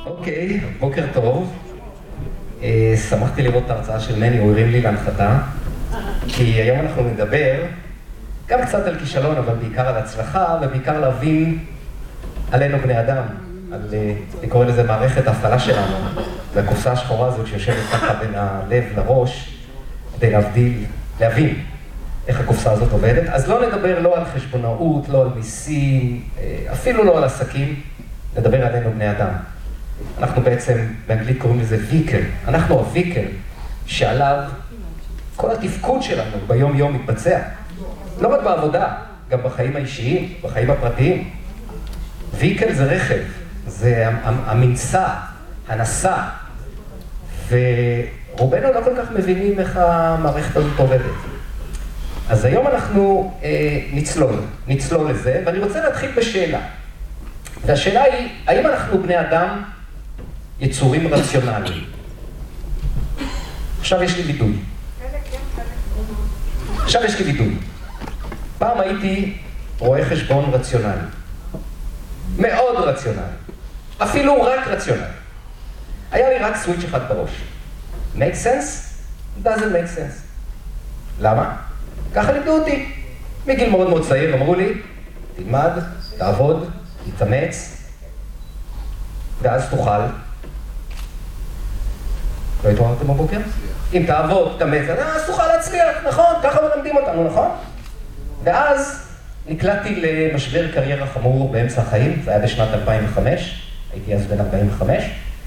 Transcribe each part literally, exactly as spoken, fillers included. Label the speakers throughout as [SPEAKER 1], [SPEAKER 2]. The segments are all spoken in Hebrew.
[SPEAKER 1] אוקיי, בוקר טוב. שמחתי לראות את ההרצאה של מני, הוא הרים לי להנחתה, כי היום אנחנו נדבר גם קצת על כישלון, אבל בעיקר על הצלחה, ובעיקר להבין עלינו בני אדם, על, אני קורא לזה מערכת ההפעלה שלנו, והקופסה השחורה הזאת שיושבת ככה בין הלב לראש, כדי להבדיל, להבין איך הקופסה הזאת עובדת. אז לא נדבר לא על חשבונאות, לא על מיסים, אפילו לא על עסקים, נדבר עלינו בני אדם. אנחנו בעצם, באנגלית קוראים לזה ויקל. אנחנו הויקל שעליו כל התפקוד שלנו ביום יום מתבצע. לא רק בעבודה, גם בחיים האישיים, בחיים הפרטיים. ויקל זה רכב, זה המנסע, הנסע. ורובנו לא כל כך מבינים איך המערכת הזאת עובדת. אז היום אנחנו אה, נצלול, נצלול לזה, ואני רוצה להתחיל בשאלה. והשאלה היא, האם אנחנו בני אדם יצורים רציונליים? עכשיו יש לי וידוי. עכשיו יש לי וידוי. פעם הייתי רואה חשבון רציונלי. מאוד רציונלי. אפילו רק רציונלי. היה לי רק סוויץ' אחד בראש. make sense? doesn't make sense. למה? ככה לימדו אותי. מגיל מאוד מאוד צעיר אמרו לי, תלמד, תעבוד, תתאמץ, ואז תוכל. לא התעוררתם בבוקר? אם תעבוד, תתאמץ, אז תוכל להצליח, נכון? ככה מלמדים אותנו, נכון? ואז נקלעתי למשבר קריירה חמור באמצע החיים, זה היה בשנת אלפיים וחמש, הייתי אז בן ארבעים וחמש,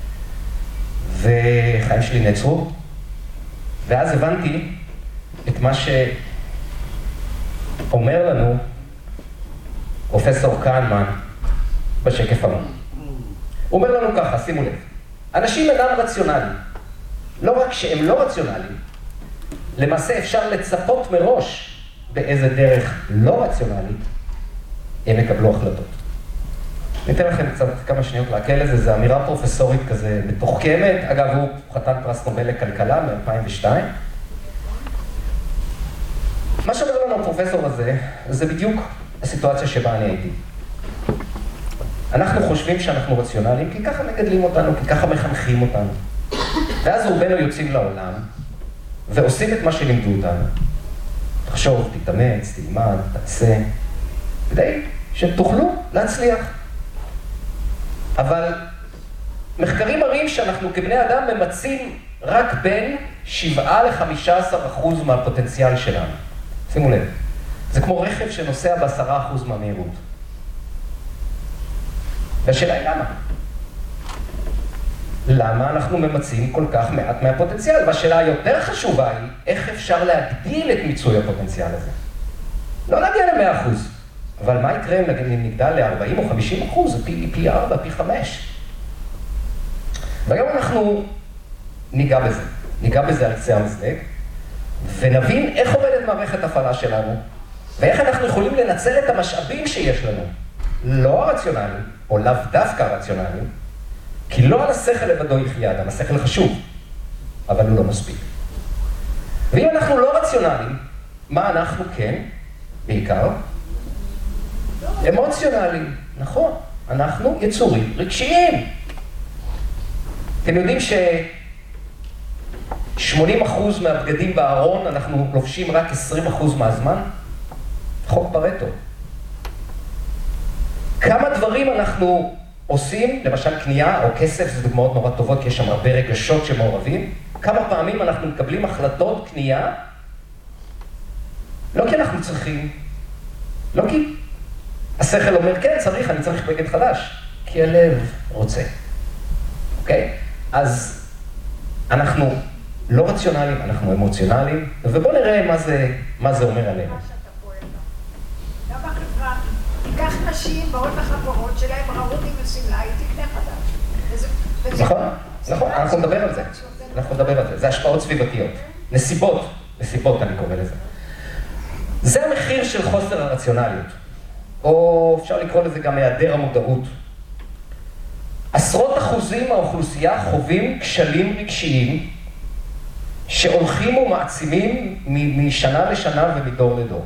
[SPEAKER 1] וחיים שלי נעצרו, ואז הבנתי את מה שאומר לנו פרופסור קהנמן בשקף הבא. הוא אומר לנו ככה, שימו לב, אנשים אינם רציונליים. לא רק שהם לא רציונליים, למעשה אפשר לצפות מראש באיזה דרך לא רציונלית הם יקבלו החלטות. אני אתן לכם קצת כמה שניות להקל לזה, זו אמירה פרופסורית כזה מתוחכמת, אגב הוא חתן פרס נובל לכלכלה מ-אלפיים ושתיים. מה שאומר לנו הפרופסור הזה, זה בדיוק הסיטואציה שבה אני הייתי. אנחנו חושבים שאנחנו רציונליים כי ככה מגדלים אותנו, כי ככה מחנכים אותנו. ואז רובנו יוצאים לעולם ועושים את מה שלימדו אותנו. תחשוב, תתאמץ, תלמד, תעשה, כדי שתוכלו להצליח. אבל מחקרים מראים שאנחנו כבני אדם ממצים רק בין שבעה לחמישה עשר אחוז מהפוטנציאל שלנו. שימו לב, זה כמו רכב שנוסע בעשרה אחוז מהמהירות. והשאלה היא למה? למה אנחנו ממצים כל כך מעט מהפוטנציאל? והשאלה היותר חשובה היא, איך אפשר להגדיל את מיצוי הפוטנציאל הזה? לא להגיע ל-מאה אחוז, אבל מה יקרה אם נגדל ל-ארבעים או חמישים אחוז? זה פי, פי ארבע, פי חמש. והיום אנחנו ניגע בזה, ניגע בזה על קצה המזלג, ונבין איך עובדת מערכת הפעלה שלנו, ואיך אנחנו יכולים לנצל את המשאבים שיש לנו, לא הרציונליים, או לאו דווקא הרציונליים, כי לא על השכל לבדו יחיה אדם, השכל חשוב, אבל הוא לא מספיק. ואם אנחנו לא רציונליים, מה אנחנו כן, בעיקר? אמוציונליים, נכון, אנחנו יצורים רגשיים. אתם יודעים ש-שמונים אחוז מהבגדים בארון אנחנו לובשים רק עשרים אחוז מהזמן? חוק פרטו. כמה דברים אנחנו עושים, למשל קנייה או כסף, זה דוגמאות נורא טובות, כי יש שם הרבה רגשות שמעורבים. כמה פעמים אנחנו מקבלים החלטות קנייה, לא כי אנחנו צריכים, לא כי השכל אומר, כן, צריך, אני צריך בגד חדש, כי הלב רוצה. אוקיי? אז אנחנו לא רציונליים, אנחנו אמוציונליים, ובואו נראה מה זה, מה זה אומר עלינו.
[SPEAKER 2] גם בחברה, תיקח נשים, באות לחברות שלהם, ראו אותי בשמלה, היא תקנה חדש.
[SPEAKER 1] נכון, נכון, אנחנו נדבר על זה. אנחנו נדבר על זה. זה השפעות סביבתיות. נסיבות, נסיבות אני קורא לזה. זה המחיר של חוסר הרציונליות. או אפשר לקרוא לזה גם היעדר המודעות. עשרות אחוזים מהאוכלוסייה חווים כשלים רגשיים שהולכים ומעצימים משנה לשנה ומדור לדור.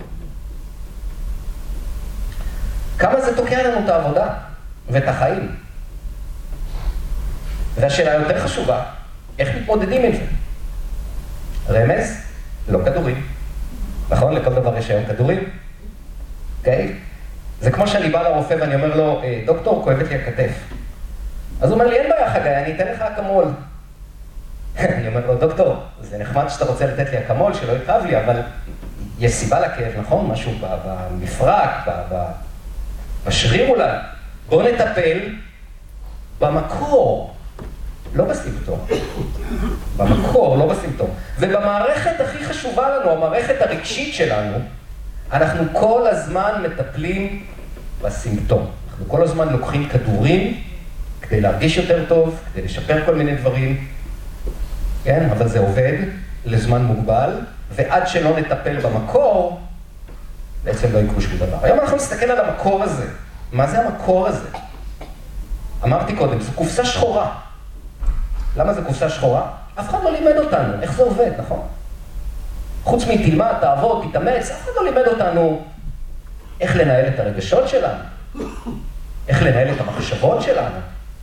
[SPEAKER 1] כמה זה תוקע לנו את העבודה ואת החיים? והשאלה היותר חשובה, איך מתמודדים עם זה? רמז, לא כדורים. נכון? לכל דבר יש היום כדורים. אוקיי? זה כמו שאני בא לרופא ואני אומר לו, דוקטור, כואבת לי הכתף. אז הוא אומר לי, אין בעיה חגי, אני אתן לך אקמול. אני אומר לו, דוקטור, זה נחמד שאתה רוצה לתת לי אקמול, שלא יכאב לי, אבל יש סיבה לכאב, נכון? משהו במפרק, בשריר אולי. בואו נטפל במקור, לא בסימפטום. במקור, לא בסימפטום. ובמערכת הכי חשובה לנו, המערכת הרגשית שלנו, אנחנו כל הזמן מטפלים בסימפטום. אנחנו כל הזמן לוקחים כדורים כדי להרגיש יותר טוב, כדי לשפר כל מיני דברים. כן, אבל זה עובד לזמן מוגבל, ועד שלא נטפל במקור, בעצם לא יקרו שום דבר. היום אנחנו נסתכל על המקור הזה. מה זה המקור הזה? אמרתי קודם, זו קופסה שחורה. למה זו קופסה שחורה? אף אחד לא לימד אותנו. איך זה עובד, נכון? חוץ מתלמד, תעבוד, תתאמץ, אף אחד לא לימד אותנו איך לנהל את הרגשות שלנו, איך לנהל את המחשבות שלנו.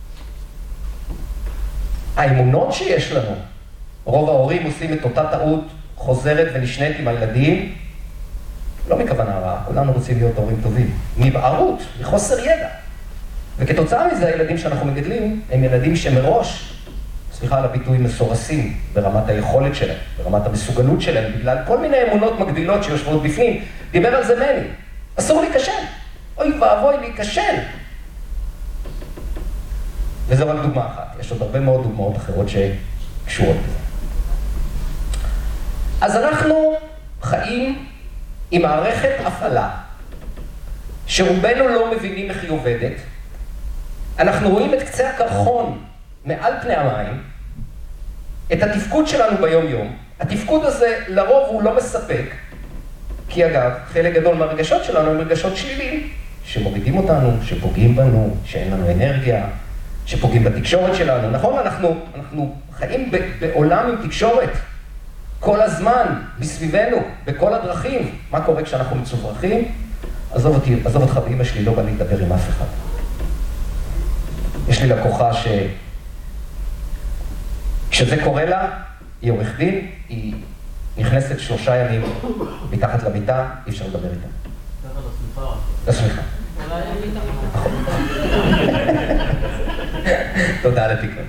[SPEAKER 1] האמונות שיש לנו, רוב ההורים עושים את אותה טעות חוזרת ונשנית עם הילדים, לא מכוונה רעה, כולנו רוצים להיות הורים טובים, מבערות, מחוסר ידע. וכתוצאה מזה הילדים שאנחנו מגדלים הם ילדים שמראש, סליחה על הביטוי, מסורסים ברמת היכולת שלהם, ברמת המסוגלות שלהם, בגלל כל מיני אמונות מגבילות שיושבות בפנים. דיבר על זה מני, אסור להיכשל, אוי ואבוי להיכשל. וזו רק דוגמה אחת, יש עוד הרבה מאוד דוגמאות אחרות שקשורות בזה. אז אנחנו חיים עם מערכת הפעלה, שרובנו לא מבינים איך היא עובדת. אנחנו רואים את קצה הקרחון מעל פני המים, את התפקוד שלנו ביום-יום. התפקוד הזה לרוב הוא לא מספק, כי אגב, חלק גדול מהרגשות שלנו הם רגשות שליליים, שמורידים אותנו, שפוגעים בנו, שאין לנו אנרגיה, שפוגעים בתקשורת שלנו. נכון? אנחנו, אנחנו חיים בעולם עם תקשורת. כל הזמן, מסביבנו, בכל הדרכים. מה קורה כשאנחנו מצוברחים? עזוב אותי, עזוב אותך באמא שלי, לא בא לי לדבר עם אף אחד. יש לי לקוחה ש... כשזה קורה לה, היא עורך דין, היא נכנסת שלושה ימים מתחת למיטה, אי אפשר לדבר איתה. לסמיכה. תודה על התיקון.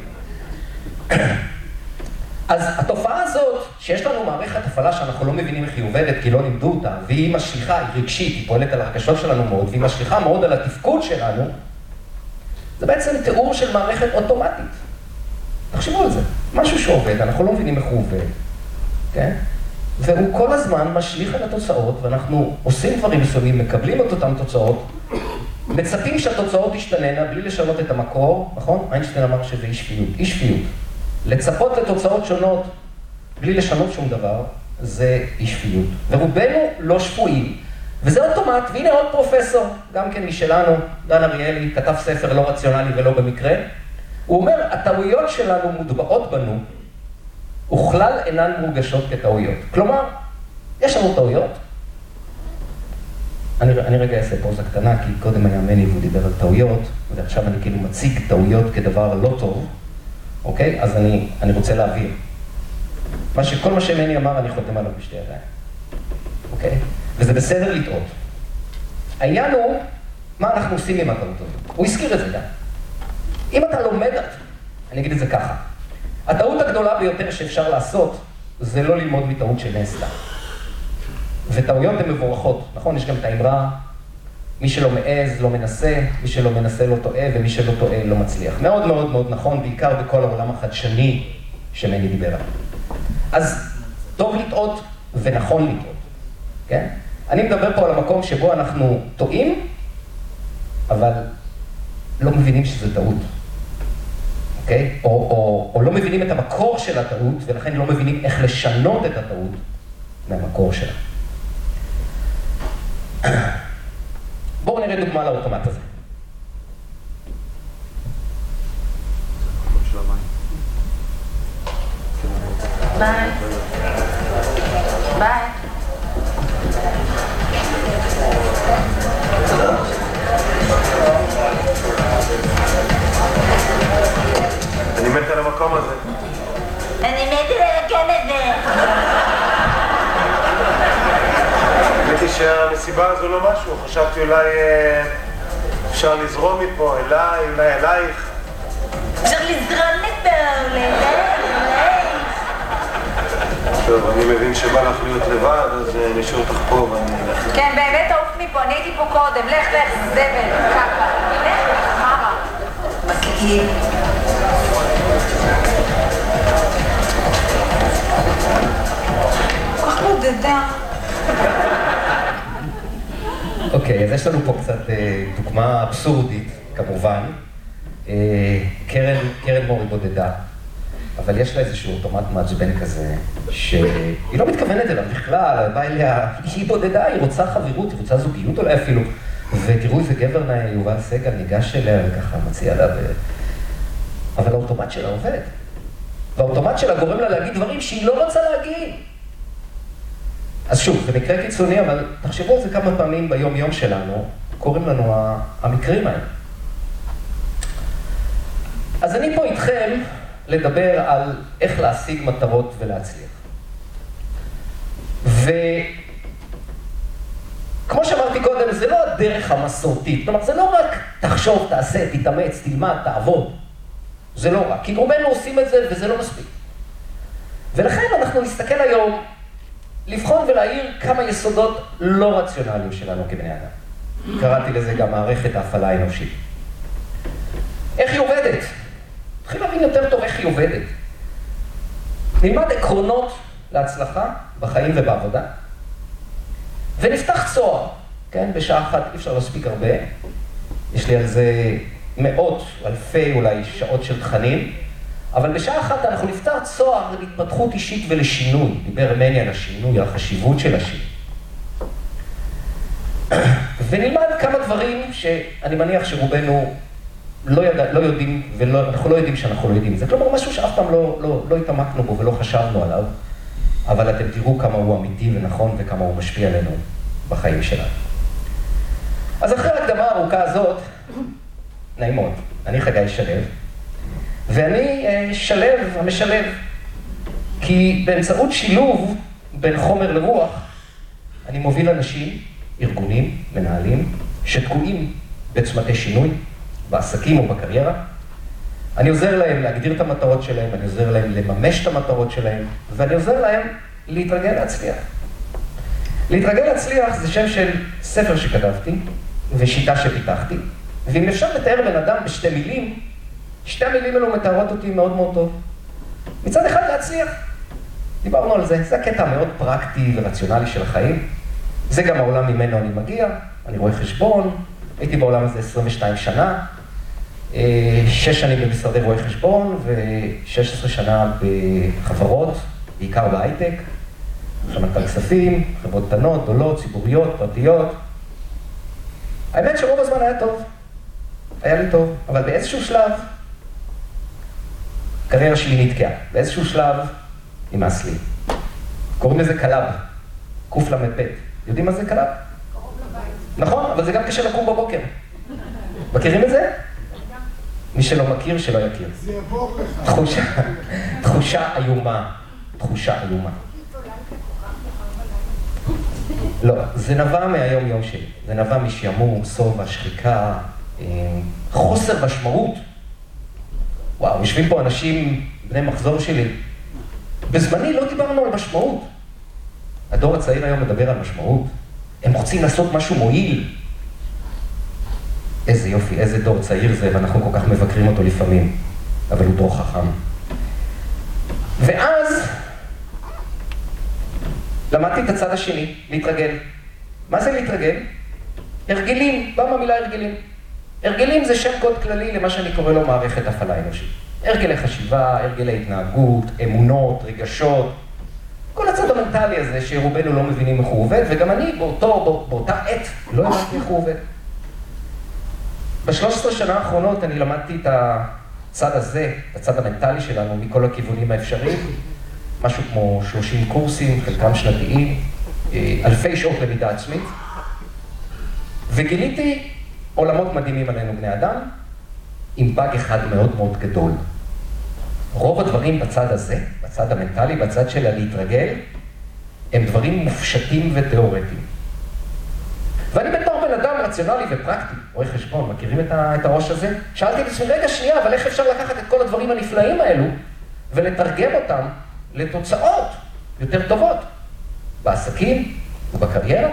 [SPEAKER 1] אז התופעה הזאת, שיש לנו מערכת הפעלה שאנחנו לא מבינים איך היא עובדת, כי לא לימדו אותה, והיא משליחה, היא רגשית, היא פועלת על הרגשות שלנו מאוד, והיא משליחה מאוד על התפקוד שלנו, זה בעצם תיאור של מערכת אוטומטית. תחשבו על זה, משהו שעובד, אנחנו לא מבינים איך הוא עובד, כן? והוא כל הזמן משליך על התוצאות, ואנחנו עושים דברים מסוימים, מקבלים את אותם תוצאות, מצפים שהתוצאות תשתננה בלי לשנות את המקור, נכון? איינשטיין אמר שזה אי שפיות, אי שפיות. לצפות לתוצאות שונות בלי לשנות שום דבר, זה אי שפיות. ורובנו לא שפויים. וזה אוטומט, והנה עוד פרופסור, גם כן משלנו, דן אריאלי, כתב ספר לא רציונלי ולא במקרה. הוא אומר, הטעויות שלנו מוטבעות בנו, וכלל אינן מורגשות כטעויות. כלומר, יש לנו טעויות. אני, אני רגע אעשה פוזה קטנה, כי קודם היה מני והוא דיבר על טעויות, ועכשיו אני כאילו מציג טעויות כדבר לא טוב, אוקיי? אז אני, אני רוצה להבהיר. מה שכל מה שמני אמר, אני חותם עליו בשתי ידיים. אוקיי? וזה בסדר לטעות. העניין הוא, מה אנחנו עושים עם הטעות הזאת? הוא הזכיר את זה גם. אם אתה לומד, אני אגיד את זה ככה, הטעות הגדולה ביותר שאפשר לעשות, זה לא ללמוד מטעות שנעשתה. וטעויות הן מבורכות, נכון? יש גם את האמרה, מי שלא מעז לא מנסה, מי שלא מנסה לא טועה, ומי שלא טועה לא מצליח. מאוד מאוד מאוד נכון, בעיקר בכל העולם החדשני שמני דיבר עליו. אז טוב לטעות ונכון לטעות, כן? אני מדבר פה על המקום שבו אנחנו טועים, אבל לא מבינים שזה טעות, אוקיי? או, או, או לא מבינים את המקור של הטעות, ולכן לא מבינים איך לשנות את הטעות מהמקור שלה. בואו נראה דוגמה לאוטומט הזה.
[SPEAKER 3] ביי. ביי. אני מת על המקום הזה.
[SPEAKER 4] אני מת על המקום הזה.
[SPEAKER 3] האמת היא שהמסיבה הזו לא משהו, חשבתי אולי אפשר לזרום מפה, אליי, אולי אלייך.
[SPEAKER 4] אפשר לזרום מפה, אולי אלייך.
[SPEAKER 3] טוב, אני מבין שבא לך להיות לבד, אז נשאיר אותך פה ואני אלך.
[SPEAKER 4] כן, באמת תעוף מפה, אני הייתי פה קודם, לך, לך, זבל, ככה. לך, לך, חמה. מגעיל. כל כך מודדה.
[SPEAKER 1] אוקיי, אז יש לנו פה קצת דוגמה אבסורדית, כמובן. קרן, קרן מור היא בודדה, אבל יש לה איזשהו אוטומט מעצבן כזה, שהיא לא מתכוונת אליו בכלל, באה אליה, היא בודדה, היא רוצה חברות, היא רוצה זוגיות אולי אפילו, ותראו איזה גבר יובל סגל ניגש אליה וככה מציע לה, ו... אבל האוטומט שלה עובד. והאוטומט שלה גורם לה להגיד דברים שהיא לא רוצה להגיד. אז שוב, זה מקרה קיצוני, אבל תחשבו על זה כמה פעמים ביום יום שלנו, קוראים לנו המקרים האלה. אז אני פה איתכם לדבר על איך להשיג מטרות ולהצליח. וכמו שאמרתי קודם, זה לא הדרך המסורתית. כלומר, זה לא רק תחשוב, תעשה, תתאמץ, תלמד, תעבוד. זה לא רק. כי רובנו עושים את זה וזה לא מספיק. ולכן אנחנו נסתכל היום לבחון ולהעיר כמה יסודות לא רציונליים שלנו כבני אדם. קראתי לזה גם מערכת ההפעלה האנושית. איך היא עובדת? נתחיל להבין יותר טוב איך היא עובדת. נלמד עקרונות להצלחה בחיים ובעבודה, ונפתח צוהר, כן? בשעה אחת אי אפשר להספיק הרבה. יש לי על זה מאות, אלפי אולי שעות של תכנים, אבל בשעה אחת אנחנו נפתח צוהר להתפתחות אישית ולשינוי. דיבר מני על השינוי, על החשיבות של השינוי. ונלמד כמה דברים שאני מניח שרובנו לא, ידע, לא יודעים, ואנחנו לא יודעים שאנחנו לא יודעים. זה כלומר משהו שאף פעם לא, לא, לא התעמקנו בו ולא חשבנו עליו, אבל אתם תראו כמה הוא אמיתי ונכון וכמה הוא משפיע עלינו בחיים שלנו. אז אחרי ההקדמה הארוכה הזאת, נעים מאוד, אני חגי שלו, ואני שלב, המשלב, כי באמצעות שילוב בין חומר לרוח, אני מוביל אנשים, ארגונים, מנהלים, שתקועים בצמתי שינוי, בעסקים או בקריירה. אני עוזר להם להגדיר את המטרות שלהם, אני עוזר להם לממש את המטרות שלהם, ואני עוזר להם להתרגל להצליח. להתרגל להצליח זה שם של ספר שכתבתי, ושיטה שפיתחתי, ואם אפשר לתאר בן אדם בשתי מילים, שתי המילים האלו מתארות אותי מאוד מאוד טוב. מצד אחד להצליח, דיברנו על זה, זה הקטע מאוד פרקטי ורציונלי של החיים. זה גם העולם ממנו אני מגיע, אני רואה חשבון, הייתי בעולם הזה עשרים ושתיים שנה, שש שנים במשרדי רואי חשבון ו-שש עשרה שנה בחברות, בעיקר בהייטק, סמנכ"ל כספים, חברות קטנות, גדולות, ציבוריות, פרטיות. האמת שרוב הזמן היה טוב, היה לי טוב, אבל באיזשהו שלב, הקריירה שלי נתקעה, באיזשהו שלב נמאס לי. קוראים לזה קלאב, קוף למפת. יודעים מה זה קלאב?
[SPEAKER 2] קרוב לבית.
[SPEAKER 1] נכון, אבל זה גם קשה לקום בבוקר. מכירים את זה? מי שלא מכיר, שלא יכיר.
[SPEAKER 5] זה יבוא לך.
[SPEAKER 1] תחושה, תחושה איומה, תחושה איומה. לא, זה נבע מהיום יום שלי. זה נבע משעמום, סובה, שחיקה, חוסר משמעות. וואו, יושבים פה אנשים, בני מחזור שלי. בזמני לא דיברנו על משמעות. הדור הצעיר היום מדבר על משמעות. הם רוצים לעשות משהו מועיל. איזה יופי, איזה דור צעיר זה, ואנחנו כל כך מבקרים אותו לפעמים. אבל הוא דור חכם. ואז למדתי את הצד השני, להתרגל. מה זה להתרגל? הרגלים, בא מהמילה הרגלים. הרגלים זה שם קוד כללי למה שאני קורא לו מערכת הפעלה אנושית. הרגלי חשיבה, הרגלי התנהגות, אמונות, רגשות. כל הצד המנטלי הזה שרובנו לא מבינים איך הוא עובד, וגם אני באותו, באותה עת לא הבנתי איך הוא עובד. בשלוש עשרה שנה האחרונות אני למדתי את הצד הזה, את הצד המנטלי שלנו, מכל הכיוונים האפשריים. משהו כמו שלושים קורסים, חלקם שנתיים, אלפי שעות למידה עצמית. וגיליתי עולמות מדהימים עלינו בני אדם, עם באג אחד מאוד מאוד גדול. רוב הדברים בצד הזה, בצד המנטלי, בצד של הלהתרגל, הם דברים מופשטים ותיאורטיים. ואני בתור בן אדם רציונלי ופרקטי, רואה חשבון, מכירים את, ה, את הראש הזה? שאלתי את עצמי, רגע שנייה, אבל איך אפשר לקחת את כל הדברים הנפלאים האלו ולתרגם אותם לתוצאות יותר טובות בעסקים ובקריירה?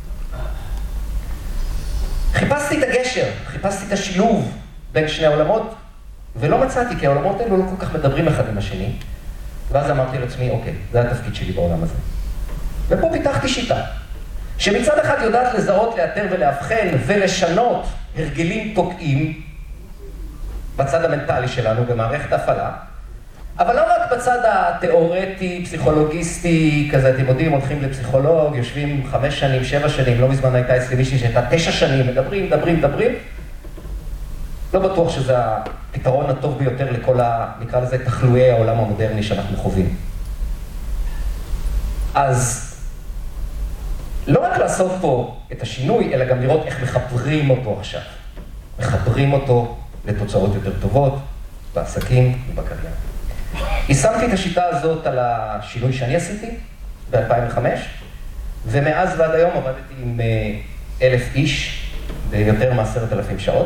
[SPEAKER 1] חיפשתי את הגשר, חיפשתי את השילוב בין שני העולמות, ולא מצאתי, כי העולמות האלו לא כל כך מדברים אחד עם השני. ואז אמרתי לעצמי, אוקיי, זה התפקיד שלי בעולם הזה. ופה פיתחתי שיטה, שמצד אחד יודעת לזהות, לאתר ולאבחן ולשנות הרגלים תוקעים בצד המנטלי שלנו במערכת ההפעלה, אבל לא רק בצד התיאורטי, פסיכולוגיסטי, כזה, אתם יודעים, הולכים לפסיכולוג, יושבים חמש שנים, שבע שנים, לא מזמן הייתה אצלי מישהי שהייתה תשע שנים, מדברים, מדברים, מדברים. לא בטוח שזה הפתרון הטוב ביותר לכל ה... נקרא לזה תחלואי העולם המודרני שאנחנו חווים. אז לא רק לעשות פה את השינוי, אלא גם לראות איך מחברים אותו עכשיו. מחברים אותו לתוצאות יותר טובות בעסקים ובקריירה. יישמתי את השיטה הזאת על השינוי שאני עשיתי ב-אלפיים וחמש, ומאז ועד היום עבדתי עם אלף איש ביותר מעשרת אלפים שעות.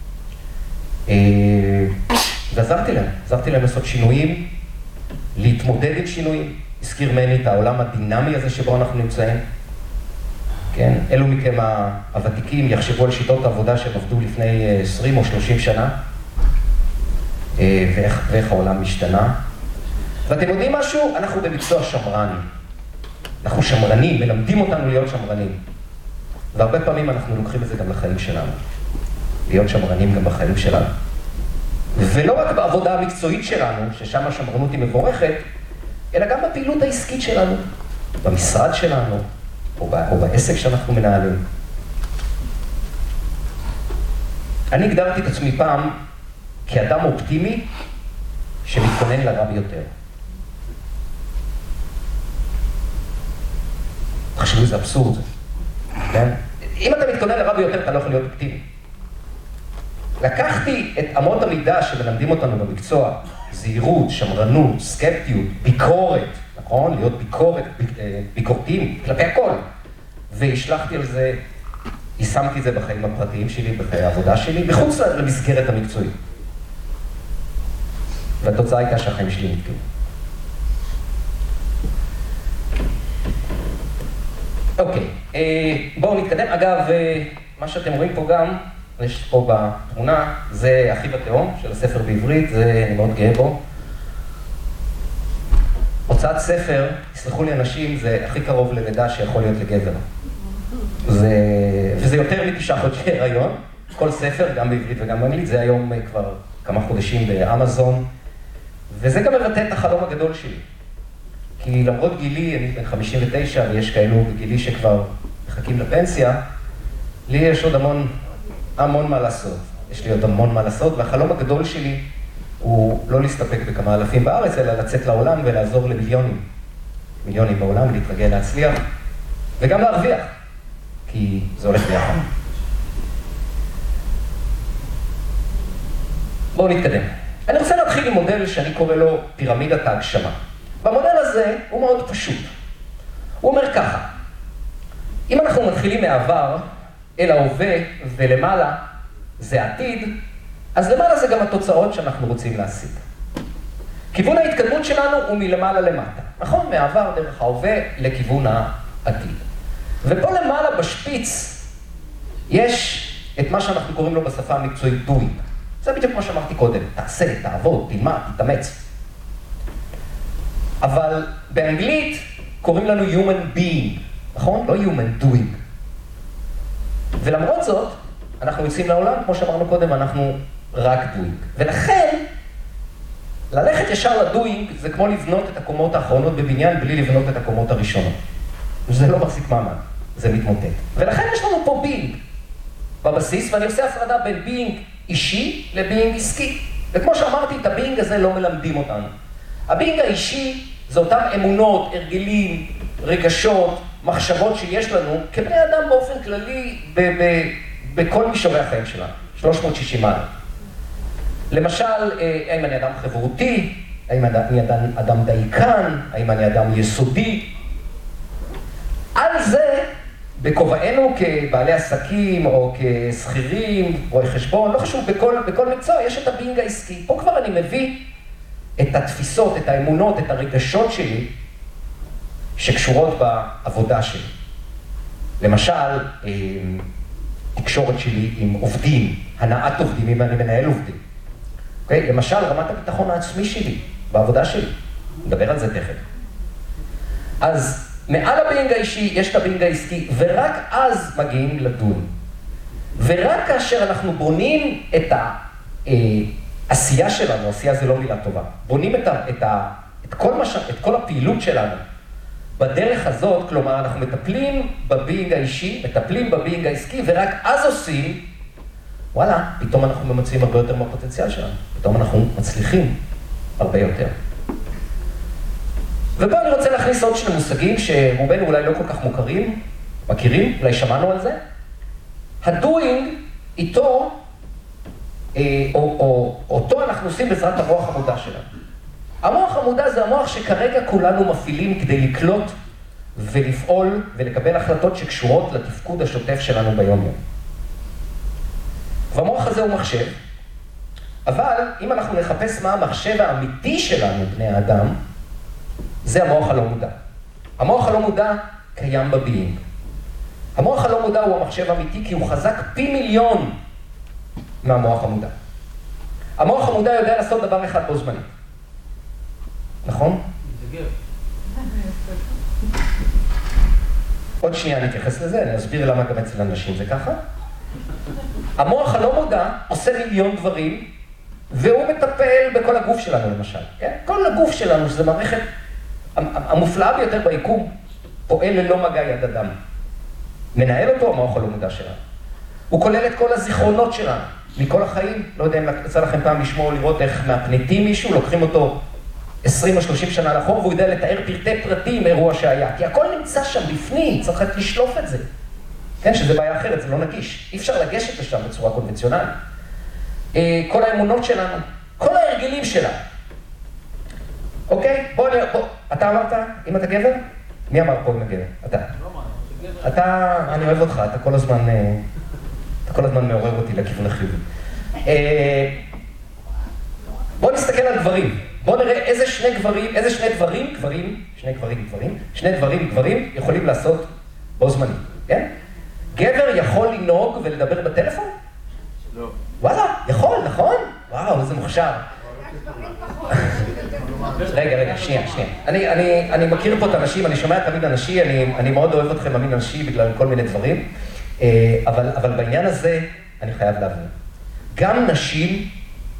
[SPEAKER 1] ועזרתי להם, עזרתי להם לעשות שינויים, להתמודד עם שינויים. הזכיר מני את העולם הדינמי הזה שבו אנחנו נמצאים. כן, אלו מכם הוותיקים יחשבו על שיטות העבודה שהם עבדו לפני עשרים או שלושים שנה, ואיך, ואיך העולם משתנה. ואתם יודעים משהו? אנחנו במקצוע שמרני. אנחנו שמרנים, מלמדים אותנו להיות שמרנים. והרבה פעמים אנחנו לוקחים את זה גם לחיים שלנו. להיות שמרנים גם בחיים שלנו. ולא רק בעבודה המקצועית שלנו, ששם השמרנות היא מבורכת, אלא גם בפעילות העסקית שלנו, במשרד שלנו, או, ב- או בעסק שאנחנו מנהלים. אני הגדרתי את עצמי פעם כאדם אופטימי שמתכונן לרע ביותר. תחשבו, זה אבסורד, כן? אם אתה מתכונן לרע ביותר, אתה לא יכול להיות אופטימי. לקחתי את אמות המידה שמלמדים אותנו במקצוע, זהירות, שמרנות, סקפטיות, ביקורת, נכון? להיות ביקורת, ביקורתיים, כלפי הכל. והשלחתי על זה, יישמתי את זה בחיים הפרטיים שלי, בחיי העבודה שלי, מחוץ למסגרת המקצועית. והתוצאה הייתה שהחיים שלי נתקעו. אוקיי, בואו נתקדם. אגב, מה שאתם רואים פה גם, יש פה בתמונה, זה אחיו התאום של הספר בעברית, זה אני מאוד גאה בו. הוצאת ספר, תסלחו לי אנשים, זה הכי קרוב ללידה שיכול להיות לגבר. זה, וזה יותר מתשעה חודשי הריון. כל ספר, גם בעברית וגם באנגלית, זה היום כבר כמה חודשים באמזון. וזה גם מבטא את החלום הגדול שלי. כי למרות גילי, אני בן חמישים ותשע, ויש כאלו בגילי שכבר מחכים לפנסיה, לי יש עוד המון, המון מה לעשות. יש לי עוד המון מה לעשות, והחלום הגדול שלי הוא לא להסתפק בכמה אלפים בארץ, אלא לצאת לעולם ולעזור למיליונים. מיליונים בעולם, להתרגל להצליח, וגם להרוויח, כי זה הולך ביחד. בואו נתקדם. אני רוצה להתחיל עם מודל שאני קורא לו פירמידת ההגשמה. במודל הזה הוא מאוד פשוט. הוא אומר ככה, אם אנחנו מתחילים מעבר אל ההווה ולמעלה זה העתיד, אז למעלה זה גם התוצאות שאנחנו רוצים להשיג. כיוון ההתקדמות שלנו הוא מלמעלה למטה. נכון? מעבר דרך ההווה לכיוון העתיד. ופה למעלה בשפיץ יש את מה שאנחנו קוראים לו בשפה המקצועית doing. זה בדיוק כמו שאמרתי קודם, תעשה, תעבוד, תלמד, תתאמץ. אבל באנגלית קוראים לנו human being, נכון? לא human doing. ולמרות זאת, אנחנו יוצאים לעולם, כמו שאמרנו קודם, אנחנו רק doing. ולכן, ללכת ישר לדוינג זה כמו לבנות את הקומות האחרונות בבניין בלי לבנות את הקומות הראשונות. זה לא מחזיק מעמד, זה מתמוטט. ולכן יש לנו פה being בבסיס, ואני עושה הפרדה בין being אישי לביינג עסקי. וכמו שאמרתי, את הביינג הזה לא מלמדים אותנו. הביינג האישי זה אותם אמונות, הרגלים, רגשות, מחשבות שיש לנו כבני אדם באופן כללי ב- ב- בכל מישורי החיים שלנו, שלוש מאות ושישים מעלות. למשל, האם אני אדם חברותי, האם אני אדם, אדם דייקן, האם אני אדם יסודי. על זה, בכובענו כבעלי עסקים או כשכירים, רואי חשבון, לא חשוב, בכל, בכל מקצוע יש את הביינג העסקי. פה כבר אני מביא את התפיסות, את האמונות, את הרגשות שלי, שקשורות בעבודה שלי. למשל, תקשורת שלי עם עובדים, הנעת עובדים, אם אני מנהל עובדים. Okay? למשל, רמת הביטחון העצמי שלי, בעבודה שלי. נדבר על זה תכף. אז מעל הביינג האישי יש את הביינג העסקי, ורק אז מגיעים לדון. ורק כאשר אנחנו בונים את העשייה שלנו, עשייה זה לא מילה טובה, בונים את, ה, את, ה, את, כל, מה, את כל הפעילות שלנו בדרך הזאת, כלומר אנחנו מטפלים בביינג האישי, מטפלים בביינג העסקי, ורק אז עושים, וואלה, פתאום אנחנו ממצאים הרבה יותר מהפוטנציאל שלנו, פתאום אנחנו מצליחים הרבה יותר. ופה אני רוצה להכניס עוד שני מושגים שרובנו אולי לא כל כך מוכרים, מכירים, אולי שמענו על זה. הדוינג איתו, או, או, אותו אנחנו עושים בעזרת המוח המודע שלנו. המוח המודע זה המוח שכרגע כולנו מפעילים כדי לקלוט ולפעול ולקבל החלטות שקשורות לתפקוד השוטף שלנו ביום יום. והמוח הזה הוא מחשב, אבל אם אנחנו נחפש מה המחשב האמיתי שלנו, בני האדם, זה המוח הלא מודע. המוח הלא מודע קיים בביינג. המוח הלא מודע הוא המחשב האמיתי כי הוא חזק פי מיליון מהמוח המודע. המוח המודע יודע לעשות דבר אחד בו זמנית. נכון? עוד שנייה אני אתייחס לזה, אני אסביר למה גם אצל אנשים זה ככה. המוח הלא מודע עושה מיליון דברים, והוא מטפל בכל הגוף שלנו למשל. כן? כל הגוף שלנו, שזו מערכת המופלאה ביותר ביקום, פועל ללא מגע יד אדם. מנהל אותו המוח הלא מודע שלנו. הוא כולל את כל הזיכרונות שלנו, מכל החיים. לא יודע אם יצא לכם פעם לשמוע או לראות איך מהפניטים מישהו, לוקחים אותו עשרים או שלושים שנה לאחור, והוא יודע לתאר פרטי פרטים אירוע שהיה. כי הכל נמצא שם בפנים, צריך רק לשלוף את זה. כן, שזה בעיה אחרת, זה לא נגיש. אי אפשר לגשת לשם בצורה קונבנציונלית. כל האמונות שלנו, כל ההרגלים שלנו. אוקיי? בוא, בוא, אתה אמרת, אם אתה גבר? מי אמר פה אם הגבר? אתה. אתה, אני אוהב אותך, אתה כל הזמן, אתה כל הזמן מעורר אותי לכיוון החיובי. בוא נסתכל על גברים. בוא נראה איזה שני גברים, איזה שני דברים, גברים, שני גברים, גברים, שני דברים, גברים יכולים לעשות בו זמנית, כן? גבר יכול לנהוג ולדבר בטלפון?
[SPEAKER 3] לא.
[SPEAKER 1] וואלה, יכול, נכון? וואו, איזה מוכשר. רגע, רגע, שנייה, שנייה. אני, אני, אני מכיר פה את האנשים, אני שומע את המין הנשי, אני, אני מאוד אוהב אתכם המין הנשי בגלל כל מיני דברים, אבל, אבל בעניין הזה אני חייב להבין. גם נשים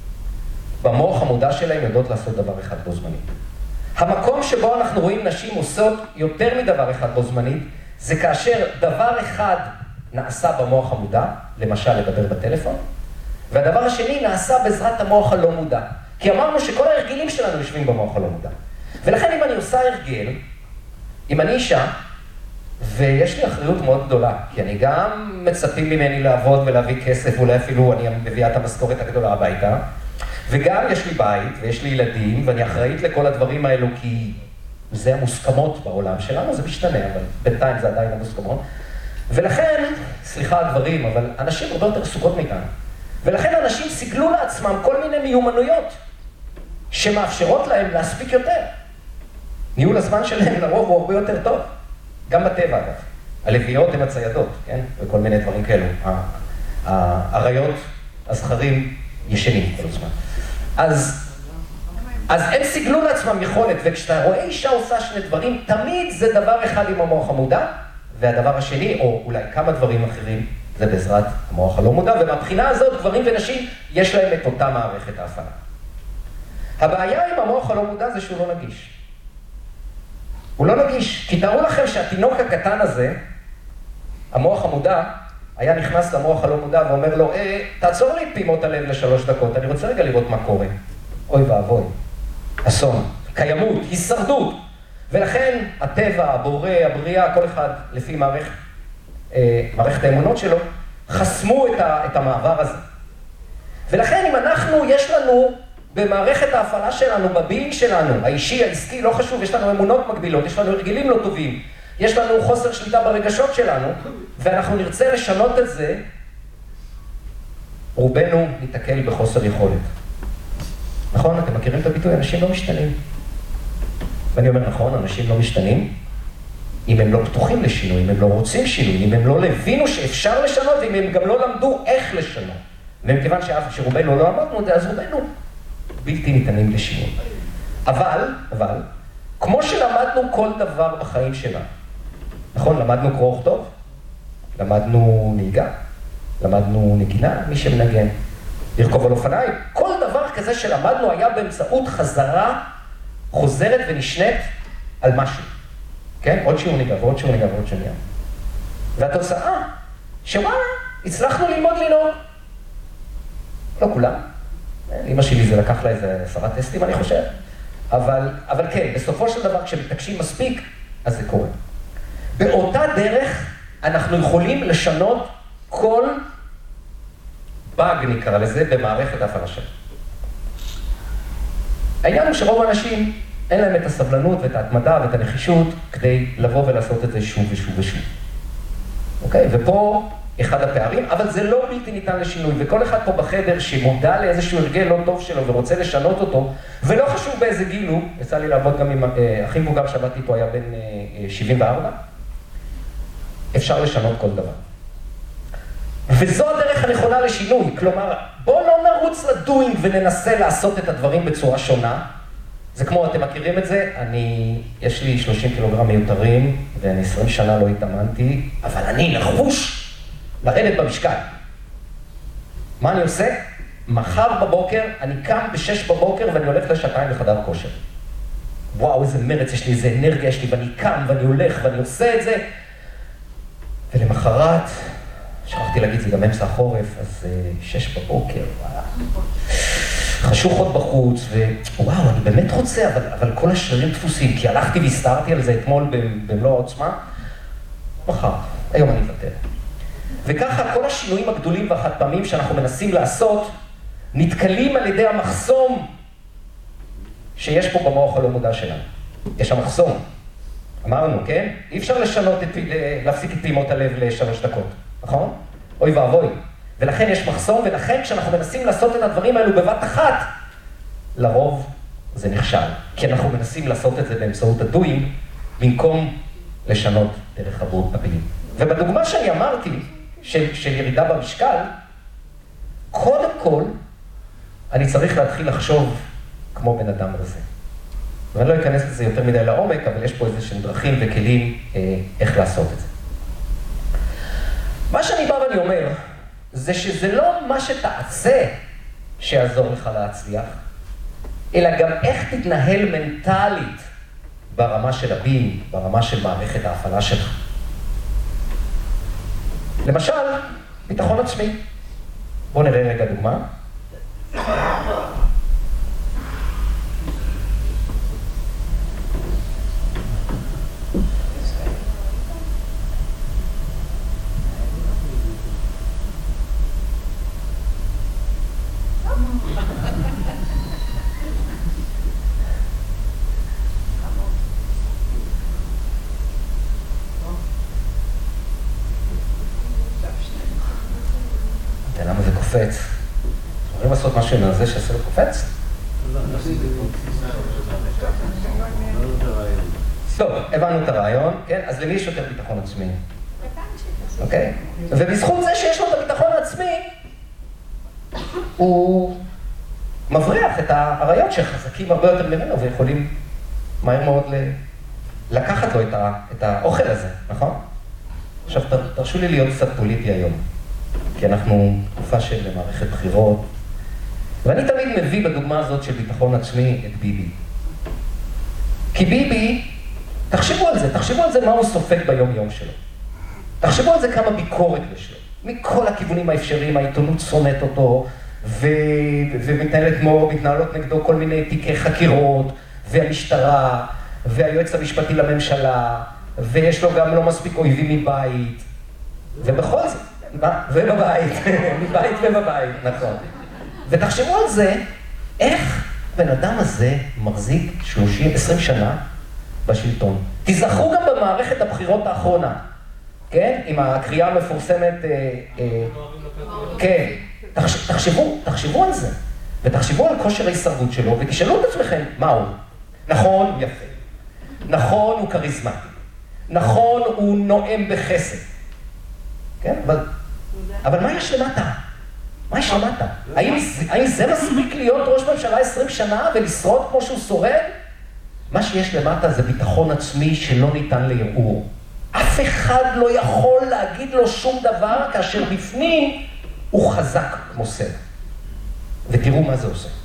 [SPEAKER 1] במוח המודע שלהם יודעות לעשות דבר אחד בו זמנית. המקום שבו אנחנו רואים נשים עושות יותר מדבר אחד בו זמנית, זה כאשר דבר אחד נעשה במוח המודע, למשל לדבר בטלפון, והדבר השני נעשה בעזרת המוח הלא מודע. כי אמרנו שכל ההרגלים שלנו יושבים במוח הלא מודע. ולכן אם אני עושה הרגל, אם אני אישה, ויש לי אחריות מאוד גדולה, כי אני גם מצפים ממני לעבוד ולהביא כסף, ואולי אפילו אני מביאה את המשכורת הגדולה הביתה, וגם יש לי בית ויש לי ילדים, ואני אחראית לכל הדברים האלו, כי זה המוסכמות בעולם שלנו, זה משתנה, אבל בינתיים זה עדיין המוסכמות. ולכן, סליחה הדברים, אבל אנשים הרבה יותר עסוקות מאיתנו. ולכן אנשים סיגלו לעצמם כל מיני מיומנויות שמאפשרות להם להספיק יותר. ניהול הזמן שלהם לרוב הוא הרבה יותר טוב. גם בטבע אגב. הלוויות הן הציידות, כן? וכל מיני דברים כאלו. האריות, הזכרים, ישנים כל הזמן. אז, אז הם סיגלו לעצמם יכולת, וכשאתה רואה אישה עושה שני דברים, תמיד זה דבר אחד עם המוח המודע, והדבר השני, או אולי כמה דברים אחרים, זה בעזרת המוח הלא מודע, ומהבחינה הזאת, גברים ונשים, יש להם את אותה מערכת ההפעלה. הבעיה עם המוח הלא מודע זה שהוא לא נגיש. הוא לא נגיש, כי תארו לכם שהתינוק הקטן הזה, המוח המודע, היה נכנס למוח הלא מודע ואומר לו, אה, תעצור לי פעימות הלב לשלוש דקות, אני רוצה רגע לראות מה קורה. אוי ואבוי, אסון, קיימות, הישרדות. ולכן הטבע, הבורא, הבריאה, כל אחד לפי מערכת, אה, מערכת האמונות שלו, חסמו את, ה, את המעבר הזה. ולכן אם אנחנו, יש לנו במערכת ההפעלה שלנו, בביינג שלנו, האישי, העסקי, לא חשוב, יש לנו אמונות מגבילות, יש לנו הרגלים לא טובים, יש לנו חוסר שליטה ברגשות שלנו, ואנחנו נרצה לשנות את זה, רובנו ניתקל בחוסר יכולת. נכון? אתם מכירים את הביטוי? אנשים לא משתנים. ואני אומר, נכון, אנשים לא משתנים, אם הם לא פתוחים לשינוי, אם הם לא רוצים שינוי, אם הם לא הבינו שאפשר לשנות, ואם הם גם לא למדו איך לשנות. ומכיוון שרובנו לא למדנו את זה, אז רובנו בלתי ניתנים לשינוי. אבל, אבל, כמו שלמדנו כל דבר בחיים שלנו, נכון? למדנו קרוא וכתוב, למדנו נהיגה, למדנו נגינה, מי שמנגן, לרכוב על אופניים, כל דבר כזה שלמדנו היה באמצעות חזרה חוזרת ונשנית על משהו. כן? עוד שיעור ניגע ועוד שיעור ניגע ועוד שיעור ניגע. והתוצאה, שוואלה, הצלחנו ללמוד לנהוג. לא כולם. אמא שלי זה לקח לה איזה עשרה טסטים, אני חושב. אבל, אבל כן, בסופו של דבר, כשמתעקשים מספיק, אז זה קורה. באותה דרך, אנחנו יכולים לשנות כל באג, נקרא לזה, במערכת ההפעלה שלנו. העניין הוא שרוב האנשים אין להם את הסבלנות ואת ההתמדה ואת הנחישות כדי לבוא ולעשות את זה שוב ושוב ושוב. אוקיי? ופה אחד הפערים, אבל זה לא בלתי ניתן לשינוי, וכל אחד פה בחדר שמודע לאיזשהו הרגל לא טוב שלו ורוצה לשנות אותו, ולא חשוב באיזה גיל הוא, יצא לי לעבוד גם עם הכי מבוגר שעבדתי פה, היה בן שבעים וארבע, אפשר לשנות כל דבר. וזו הדרך הנכונה לשינוי, כלומר, בואו לא נרוץ לדוינג וננסה לעשות את הדברים בצורה שונה. זה כמו, אתם מכירים את זה? אני, יש לי שלושים קילוגרם מיותרים, ואני עשרים שנה לא התאמנתי, אבל אני נחוש לרדת במשקל. מה אני עושה? מחר בבוקר, אני קם בשש בבוקר ואני הולך לשעתיים לחדר כושר. וואו, איזה מרץ יש לי, איזה אנרגיה יש לי, ואני קם ואני הולך ואני עושה את זה. ולמחרת, שכחתי להגיד, זה גם אמצע החורף, אז שש בבוקר, וואו. חשוך עוד בחוץ, ווואו, אני באמת רוצה, אבל, אבל כל השרירים דפוסים, כי הלכתי והסתרתי על זה אתמול במלוא העוצמה, מחר, היום אני אוותר. וככה כל השינויים הגדולים והחד פעמים שאנחנו מנסים לעשות, נתקלים על ידי המחסום שיש פה במוח הלא מודע שלנו. יש המחסום. אמרנו, כן? אי אפשר לשנות, את, להפסיק את פעימות הלב לשלוש דקות, נכון? אוי ואבוי. ולכן יש מחסום, ולכן כשאנחנו מנסים לעשות את הדברים האלו בבת אחת, לרוב זה נכשל. כי אנחנו מנסים לעשות את זה באמצעות הדויים, במקום לשנות דרך הבינים. ובדוגמה שאני אמרתי, של, של ירידה במשקל, קודם כל, אני צריך להתחיל לחשוב כמו בן אדם רזה. ואני לא אכנס לזה יותר מדי לעומק, אבל יש פה איזה שהם דרכים וכלים אה, איך לעשות את זה. מה שאני בא ואני אומר, זה שזה לא מה שתעשה שיעזור לך להצליח, אלא גם איך תתנהל מנטלית ברמה של הבין, ברמה של מערכת ההפעלה שלך. למשל, ביטחון עצמי. בואו נראה רגע דוגמה. למה זה קופץ? יכולים לעשות משהו עם זה שעשה לו קופץ? טוב, הבנו את הרעיון, כן? אז למי יש יותר ביטחון עצמי? אוקיי? ובזכות זה שיש לו את הביטחון העצמי, הוא מבריח את האריות שחזקים הרבה יותר ממנו ויכולים מהר מאוד לקחת לו את האוכל הזה, נכון? עכשיו, תרשו לי להיות קצת פוליטי היום. כי אנחנו תקופה של מערכת בחירות, ואני תמיד מביא בדוגמה הזאת של ביטחון עצמי את ביבי. כי ביבי, תחשבו על זה, תחשבו על זה מה הוא סופג ביום יום שלו. תחשבו על זה כמה ביקורת יש לו. מכל הכיוונים האפשריים, העיתונות שונאת אותו, ו... ומתנהלת כמו, מתנהלות נגדו כל מיני תיקי חקירות, והמשטרה, והיועץ המשפטי לממשלה, ויש לו גם לא מספיק אויבים מבית, ובכל זאת, ובבית, מבית ובבית, נכון. ותחשבו על זה, איך הבן אדם הזה מחזיק שלושים עשרים שנה בשלטון? תיזכרו גם במערכת הבחירות האחרונה, כן? עם הקריאה המפורסמת, אה, אה, כן, תחש, תחשבו, תחשבו על זה, ותחשבו על כושר ההישרדות שלו, ותשאלו את עצמכם, מה הוא? נכון, יפה. נכון, הוא כריזמטי. נכון, הוא נואם בחסד. כן? אבל, אבל מה יש למטה? מה יש למטה? האם, האם זה מספיק להיות ראש ממשלה עשרים שנה ולשרוד כמו שהוא שורד? מה שיש למטה זה ביטחון עצמי שלא ניתן לערעור. אף אחד לא יכול להגיד לו שום דבר כאשר בפנים הוא חזק כמו סלע. ותראו מה זה עושה.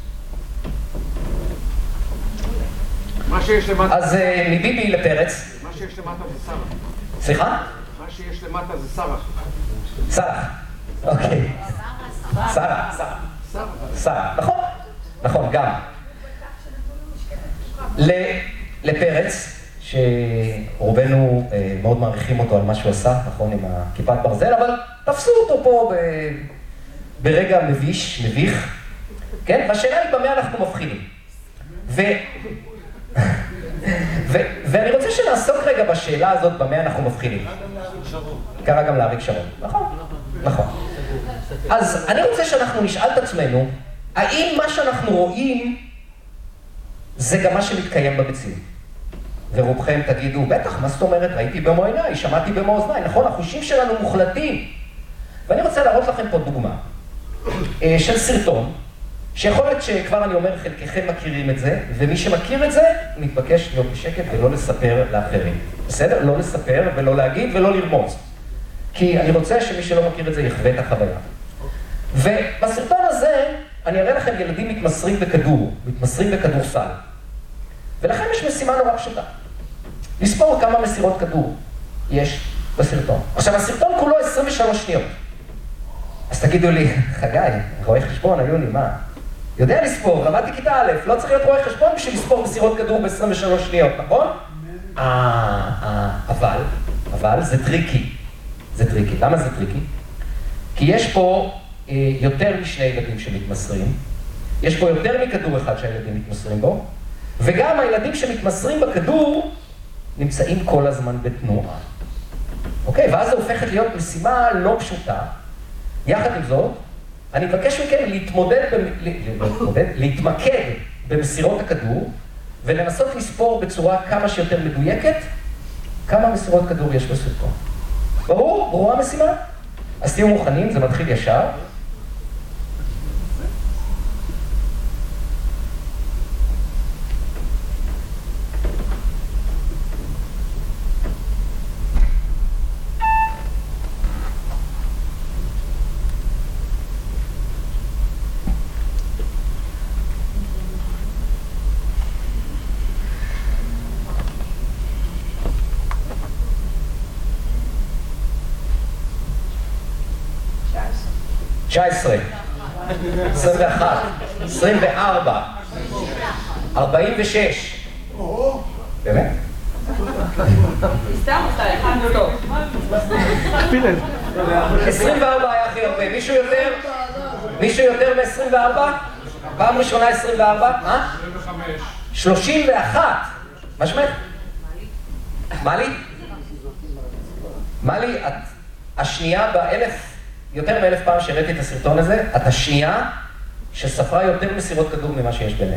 [SPEAKER 5] מה שיש למטה...
[SPEAKER 1] אז מביבי לפרץ.
[SPEAKER 5] מה שיש למטה זה סרח.
[SPEAKER 1] סליחה?
[SPEAKER 5] מה שיש למטה זה סרח.
[SPEAKER 1] סרח. אוקיי. סרח, סרח. סרח, נכון. נכון, גם. לפרץ, שרובנו מאוד מעריכים אותו על מה שהוא עשה, נכון, עם הכיפת ברזל, אבל תפסו אותו פה ברגע מביש, מביך, כן? והשאלה היא במה אנחנו מבחינים. ו... ו... ואני רוצה שנעסוק רגע בשאלה הזאת במה אנחנו מבחינים. קרה גם לאריק שרון. נכון, נכון. אז אני רוצה שאנחנו נשאל את עצמנו, האם מה שאנחנו רואים זה גם מה שמתקיים במציאות? ורובכם תגידו, בטח, מה זאת אומרת? ראיתי במו עיניי, שמעתי במו אוזניי, נכון? החושים שלנו מוחלטים. ואני רוצה להראות לכם פה דוגמה של סרטון, שיכול להיות שכבר אני אומר, חלקכם מכירים את זה, ומי שמכיר את זה, מתבקש להיות בשקט ולא לספר לאחרים. בסדר? לא לספר ולא להגיד ולא לרמוז. כי אני רוצה שמי שלא מכיר את זה יחווה את החוויה. ובסרטון הזה, אני אראה לכם ילדים מתמסרים בכדור, מתמסרים בכדורסל. ולכם יש משימה נורא פשוטה. לספור כמה מסירות כדור יש בסרטון. עכשיו, הסרטון כולו עשרים ושלוש שניות. אז תגידו לי, חגי, רואה חשבון, היוני, מה? יודע לספור, למדתי כיתה א', לא צריך להיות רואה חשבון בשביל לספור מסירות כדור ב-עשרים ושלוש שניות, נכון? אה, אה, אבל, אבל זה טריקי. זה טריקי. למה זה טריקי? כי יש פה אה, יותר משני ילדים שמתמסרים, יש פה יותר מכדור אחד שהילדים מתמסרים בו, וגם הילדים שמתמסרים בכדור נמצאים כל הזמן בתנועה. אוקיי? ואז זה הופכת להיות משימה לא פשוטה. יחד עם זאת, אני מבקש מכם להתמודד, להתמודד, להתמקד במסירות הכדור, ולנסות לספור בצורה כמה שיותר מדויקת, כמה מסירות כדור יש בסרטון. ברור? ברורה המשימה? אז תהיו מוכנים, זה מתחיל ישר. תשע עשרה, עשרים ואחת, עשרים וארבע, ארבעים ושש. באמת? עשרים וארבע היה הכי הרבה. מישהו יותר? מישהו יותר מ-עשרים וארבע? פעם ראשונה עשרים וארבע? אה? שלושים ואחת. מה שמך? מלי? מלי, את השנייה באלף, יותר מאלף פעם שהראיתי את הסרטון הזה, את השנייה שספרה יותר מסירות כדור ממה שיש ביניהם.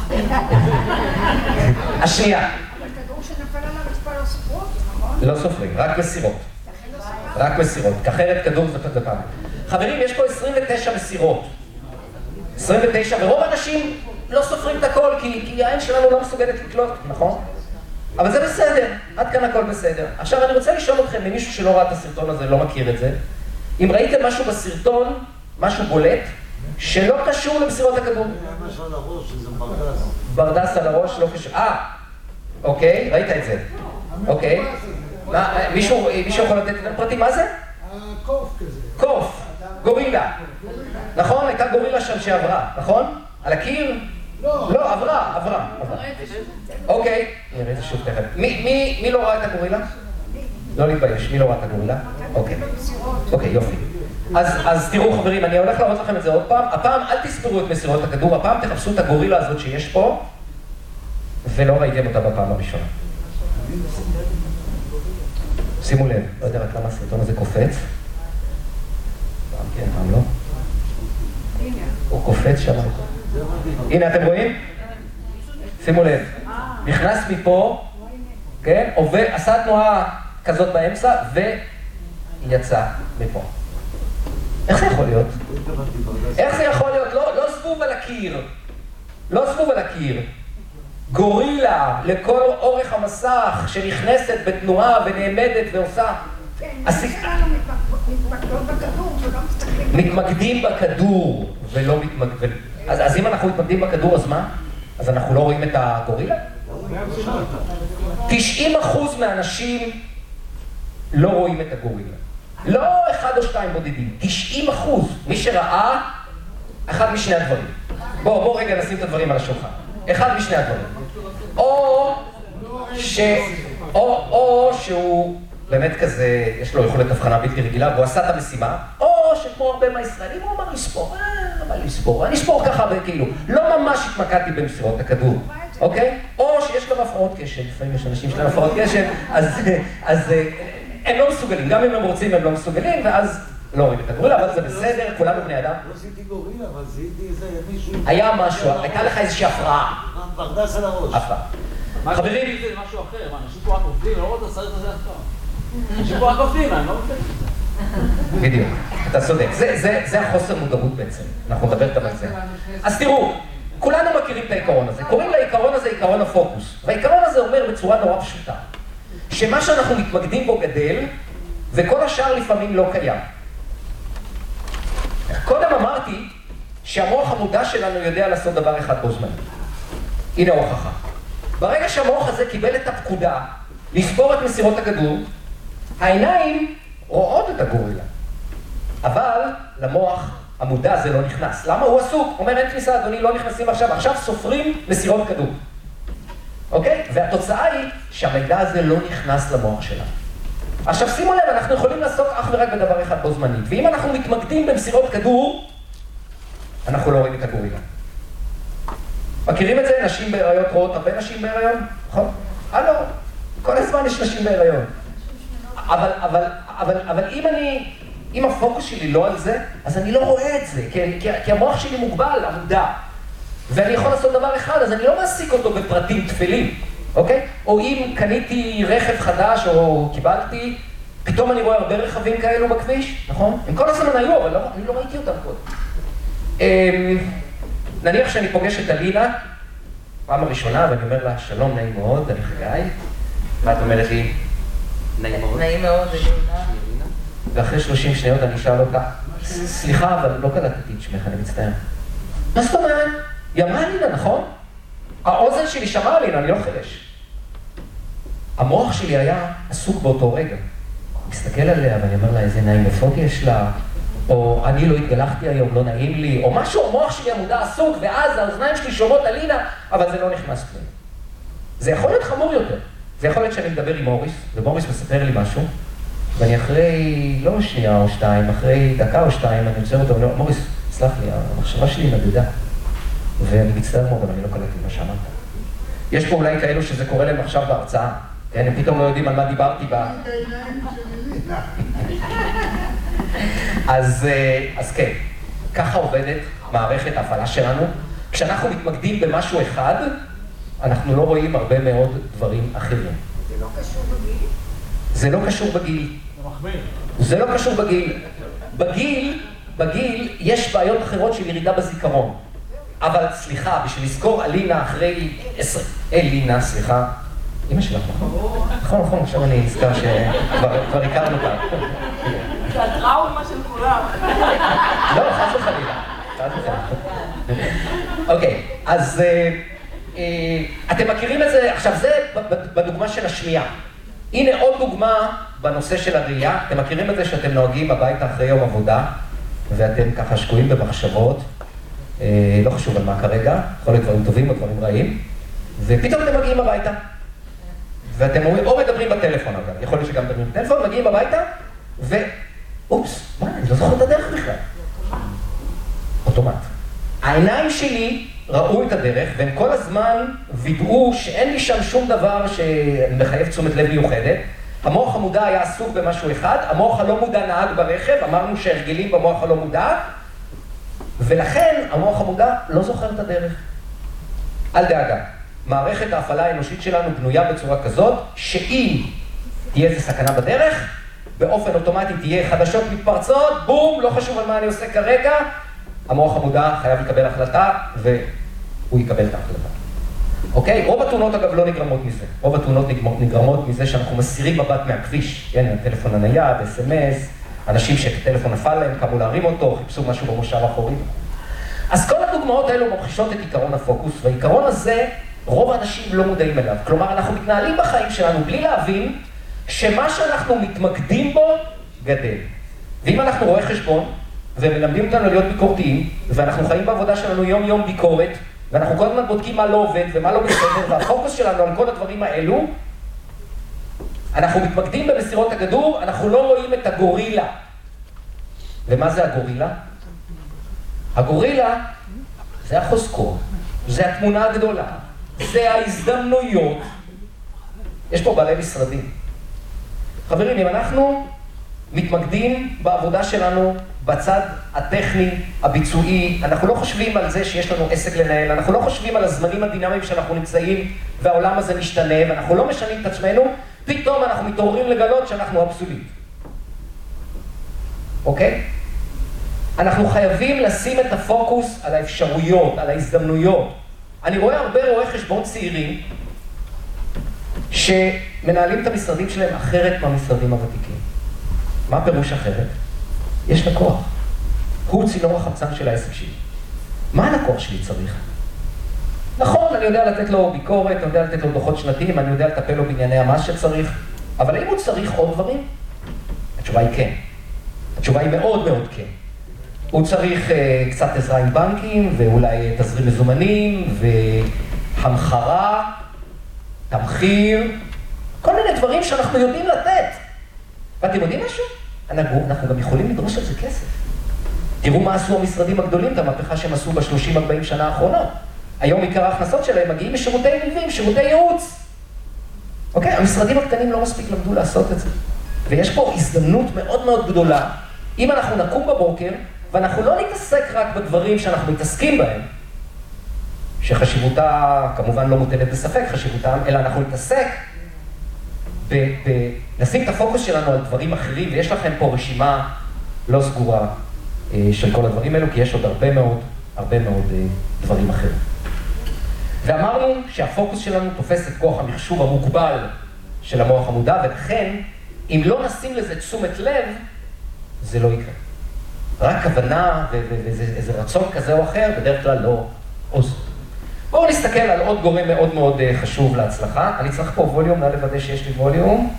[SPEAKER 1] השנייה.
[SPEAKER 2] הכדור שנפל על הרצפה לא ספרו אותי, נכון?
[SPEAKER 1] לא סופרים, רק מסירות. רק מסירות. כחרת כדור זה פעם. חברים, יש פה עשרים ותשע מסירות. עשרים ותשע, ורוב האנשים לא סופרים את הכל, כי, כי העין שלנו לא מסוגלת לקלוט, נכון? אבל זה בסדר, עד כאן הכל בסדר. עכשיו אני רוצה לשאול אתכם, ממישהו שלא ראה את הסרטון הזה, לא מכיר את זה, אם ראיתם משהו בסרטון, משהו בולט, שלא קשור למסירות הכדור.
[SPEAKER 6] משהו על הראש, זה ברדס.
[SPEAKER 1] ברדס על הראש, לא קשור. אה, אוקיי, ראית את זה. אוקיי. מישהו יכול לתת את הפרטים? מה זה?
[SPEAKER 6] קוף כזה.
[SPEAKER 1] קוף, גורילה. נכון? הייתה גורילה שם שעברה, נכון? על הקיר?
[SPEAKER 6] לא.
[SPEAKER 1] לא, עברה, עברה. אוקיי, נראה את זה שוב תכף. מי לא ראה את הגורילה? לא להתבייש, מי לא ראה את הגורילה? אוקיי. אוקיי, יופי. אז, אז תראו חברים, אני הולך להראות לכם את זה עוד פעם. הפעם אל תספרו את מסירות הכדור, הפעם תחפשו את הגורילה הזאת שיש פה, ולא ראיתם אותה בפעם הראשונה. שימו לב, לא יודע רק למה הסרטון הזה קופץ. פעם כן, פעם לא. הוא קופץ שם. הנה, אתם רואים? שימו לב, נכנס מפה, כן, עובד, עשה תנועה כזאת באמצע, ויצא מפה. איך זה יכול להיות? איך זה יכול להיות? לא, לא זבוב על הקיר. לא זבוב על הקיר. גורילה לכל אורך המסך שנכנסת בתנועה ונעמדת ועושה.
[SPEAKER 2] כן, יש לנו מתמקדות בכדור ולא מסתכלים.
[SPEAKER 1] מתמקדים בכדור ולא מתמקדים. אז, אז אם אנחנו מתמקדים בכדור, אז מה? אז אנחנו לא רואים את הגורילה? תשעים אחוז מהאנשים לא רואים את הגורילה. לא אחד או שתיים בודדים, תשעים אחוז. מי שראה, אחד משני הדברים. בואו, בואו רגע נשים את הדברים על השולחן. אחד משני הדברים. או, ש... או, או שהוא באמת כזה, יש לו יכולת הבחנה בלתי רגילה, והוא עשה את המשימה, או שכמו הרבה מהישראלים, הוא אמר לספור, אה, מה לספור? אני אספור ככה כאילו, לא ממש התמקדתי במסירות הכדור, אוקיי? או שיש גם הפרעות קשב, לפעמים יש אנשים שלהם הפרעות קשב, אז, אז הם לא מסוגלים, גם אם הם רוצים הם לא מסוגלים, ואז לא רואים את הגורילה, אבל זה בסדר, כולנו בני אדם.
[SPEAKER 6] לא עשיתי גורילה, אבל זיהיתי איזה מישהו...
[SPEAKER 1] היה משהו, הייתה לך איזושהי הפרעה.
[SPEAKER 6] ברדס על הראש.
[SPEAKER 1] הפרעה. חברים...
[SPEAKER 5] זה משהו אחר, מה, אנשים פה רק עובדים, לא רואים את הסרט הזה אף פעם. אנשים פה רק עובדים, אני לא מבין את זה.
[SPEAKER 1] בדיוק, אתה צודק, זה החוסר מודעות בעצם, אנחנו נדבר גם על זה. אז תראו, כולנו מכירים את העיקרון הזה, קוראים לעיקרון הזה עיקרון הפוקוס, והעיקרון הזה אומר בצורה נורא פשוטה, שמה שאנחנו מתמקדים בו גדל, וכל השאר לפעמים לא קיים. קודם אמרתי שהמוח המודע שלנו יודע לעשות דבר אחד בו זמן. הנה ההוכחה. ברגע שהמוח הזה קיבל את הפקודה לספור את מסירות הכדור, העיניים רואות את הגורילה. אבל למוח המודע זה לא נכנס. למה? הוא עסוק. אומר, אין כניסה, אדוני, לא נכנסים עכשיו. עכשיו סופרים מסירות כדור. אוקיי? והתוצאה היא שהמידע הזה לא נכנס למוח שלנו. עכשיו שימו לב, אנחנו יכולים לעסוק אך ורק בדבר אחד בו זמנית. ואם אנחנו מתמקדים במסירות כדור, אנחנו לא רואים את הגורילה. מכירים את זה? נשים בהיריון רואות הרבה נשים בהיריון? נכון? אה לא, כל הזמן יש נשים בהיריון. אבל, אבל, אבל, אבל אם אני, אם הפוקוס שלי לא על זה, אז אני לא רואה את זה, כי, כי, כי המוח שלי מוגבל, המודע. ואני יכול לעשות דבר אחד, אז אני לא מעסיק אותו בפרטים תפלים, אוקיי? או אם קניתי רכב חדש או קיבלתי, פתאום אני רואה הרבה רכבים כאלו בכביש, נכון? הם כל הזמן היו, אבל לא, אני לא ראיתי אותם קודם. נניח שאני פוגש את אלינה, פעם הראשונה, ואני אומר לה, שלום, נעים מאוד, אני חגי. ואת אומרת לי,
[SPEAKER 4] נעים מאוד. נעים מאוד, אלינה.
[SPEAKER 1] ואחרי שלושים שניות אני אשאל אותה, סליחה, אבל לא קלטתי את שמך, אני מצטער. מה זאת אומרת? היא אמרה אלינה, נכון? האוזן שלי שמעה אלינה, אני לא חרש. המוח שלי היה עסוק באותו רגע. אני מסתכל עליה ואני אומר לה, איזה נעים יפות יש לה, או אני לא התגלחתי היום, לא נעים לי, או משהו, המוח שלי המודע עסוק, ואז האוזניים שלי שומעות אלינה, אבל זה לא נכנס פנימה. זה יכול להיות חמור יותר. זה יכול להיות שאני מדבר עם מוריס, ומוריס מספר לי משהו, ואני אחרי, לא שנייה או שתיים, אחרי דקה או שתיים, אני עוצר אותו, ואני אומר, מוריס, סלח לי, המחשבה שלי נדדה. ואני מצטער מאוד, אבל אני לא קלטתי מה שאמרת. יש פה אולי כאלו שזה קורה להם עכשיו בהרצאה, כן? הם פתאום לא יודעים על מה דיברתי בה. אז, אז כן, ככה עובדת מערכת ההפעלה שלנו. כשאנחנו מתמקדים במשהו אחד, אנחנו לא רואים הרבה מאוד דברים אחרים.
[SPEAKER 2] זה לא קשור בגיל?
[SPEAKER 1] זה לא קשור בגיל.
[SPEAKER 5] זה מחמיר.
[SPEAKER 1] זה לא קשור בגיל. בגיל, בגיל יש בעיות אחרות של ירידה בזיכרון. אבל סליחה, בשביל לזכור אלינה אחרי עשרה... אלינה, סליחה. אמא שלך, נכון? נכון, נכון, עכשיו אני נזכר שכבר הכרנו כאן.
[SPEAKER 4] זה הטראומה של כולם.
[SPEAKER 1] לא, חס וחלילה. חס וחלילה. אוקיי, אז אתם מכירים את זה, עכשיו זה בדוגמה של השמיעה. הנה עוד דוגמה בנושא של הראייה. אתם מכירים את זה שאתם נוהגים הביתה אחרי יום עבודה, ואתם ככה שקועים במחשבות, לא חשוב על מה כרגע, יכול להיות דברים טובים או דברים רעים, ופתאום אתם מגיעים הביתה. ואתם אומרים, או מדברים בטלפון אגב, יכול להיות שגם מדברים בטלפון, מגיעים הביתה, ואופס, מה, אני לא זוכר את הדרך את הדרך, והם כל הזמן וידאו שאין לי שם שום דבר שמחייב תשומת לב מיוחדת. המוח המודע היה עסוק במשהו אחד, המוח הלא מודע נהג ברכב, אמרנו שהרגלים במוח הלא מודע, ולכן המוח המודע לא זוכר את הדרך. אל דאגה, מערכת ההפעלה האנושית שלנו בנויה בצורה כזאת, שאם תהיה איזו סכנה בדרך, באופן אוטומטי תהיה חדשות מתפרצות, בום, לא חשוב על מה אני עושה כרגע, המוח המודע חייב לקבל החלטה, והוא יקבל את ההחלטה. אוקיי? רוב התאונות אגב לא נגרמות מזה. רוב התאונות נגרמות מזה שאנחנו מסירים מבט מהכביש. כן, הטלפון הנייד, אס אם אס, אנשים שהטלפון נפל להם, קמו להרים אותו, חיפשו משהו במושב האחורי. אז כל הדוגמאות האלו ממחישות את עיקרון הפוקוס, והעיקרון הזה, רוב האנשים לא מודעים אליו. כלומר, אנחנו מתנהלים בחיים שלנו בלי להבין שמה שאנחנו מתמקדים בו גדל. ואם אנחנו רואי חשבון, ומלמדים אותנו להיות ביקורתיים, ואנחנו חיים בעבודה שלנו יום יום ביקורת, ואנחנו כל הזמן בודקים מה לא עובד ומה לא בסדר, והפוקוס שלנו על כל הדברים האלו, אנחנו מתמקדים במסירות הכדור, אנחנו לא רואים את הגורילה. ומה זה הגורילה? הגורילה זה החוזקות, זה התמונה הגדולה, זה ההזדמנויות. יש פה בעלי משרדים. חברים, אם אנחנו מתמקדים בעבודה שלנו בצד הטכני, הביצועי, אנחנו לא חושבים על זה שיש לנו עסק לנהל, אנחנו לא חושבים על הזמנים הדינמיים שאנחנו נמצאים והעולם הזה משתנה, ואנחנו לא משנים את עצמנו, פתאום אנחנו מתעוררים לגלות שאנחנו אבסולית. אוקיי? אנחנו חייבים לשים את הפוקוס על האפשרויות, על ההזדמנויות. אני רואה הרבה רואי חשבון צעירים שמנהלים את המשרדים שלהם אחרת מהמשרדים הוותיקים. מה פירוש אחרת? יש לקוח. הוא צינור החמצן של העסק שלי. מה הלקוח שלי צריך? נכון, אני יודע לתת לו ביקורת, אני יודע לתת לו דוחות שנתיים, אני יודע לטפל לו בענייני המס שצריך, אבל האם הוא צריך עוד דברים? התשובה היא כן. התשובה היא מאוד מאוד כן. הוא צריך uh, קצת עזרה עם בנקים, ואולי תזרים מזומנים, והמחרה, תמחיר, כל מיני דברים שאנחנו יודעים לתת. ואתם יודעים משהו? אנחנו, אנחנו גם יכולים לדרוש על זה כסף. תראו מה עשו המשרדים הגדולים, את המהפכה שהם עשו ב-שלושים ארבעים שנה האחרונות. היום עיקר ההכנסות שלהם מגיעים משירותי נלווים, שירותי ייעוץ. אוקיי? המשרדים הקטנים לא מספיק למדו לעשות את זה. ויש פה הזדמנות מאוד מאוד גדולה, אם אנחנו נקום בבוקר, ואנחנו לא נתעסק רק בדברים שאנחנו מתעסקים בהם, שחשיבותה כמובן לא מוטלת בספק, חשיבותם, אלא אנחנו נתעסק נשים את הפוקוס שלנו על דברים אחרים, ויש לכם פה רשימה לא סגורה של כל הדברים האלו, כי יש עוד הרבה מאוד, הרבה מאוד דברים אחרים. ואמרנו שהפוקוס שלנו תופס את כוח המחשוב המוגבל של המוח המודע, ולכן, אם לא נשים לזה תשומת לב, זה לא יקרה. רק כוונה ואיזה רצון כזה או אחר, בדרך כלל לא עוזר. בואו נסתכל על עוד גורם מאוד מאוד חשוב להצלחה. אני צריך פה ווליום, נא לוודא שיש לי ווליום.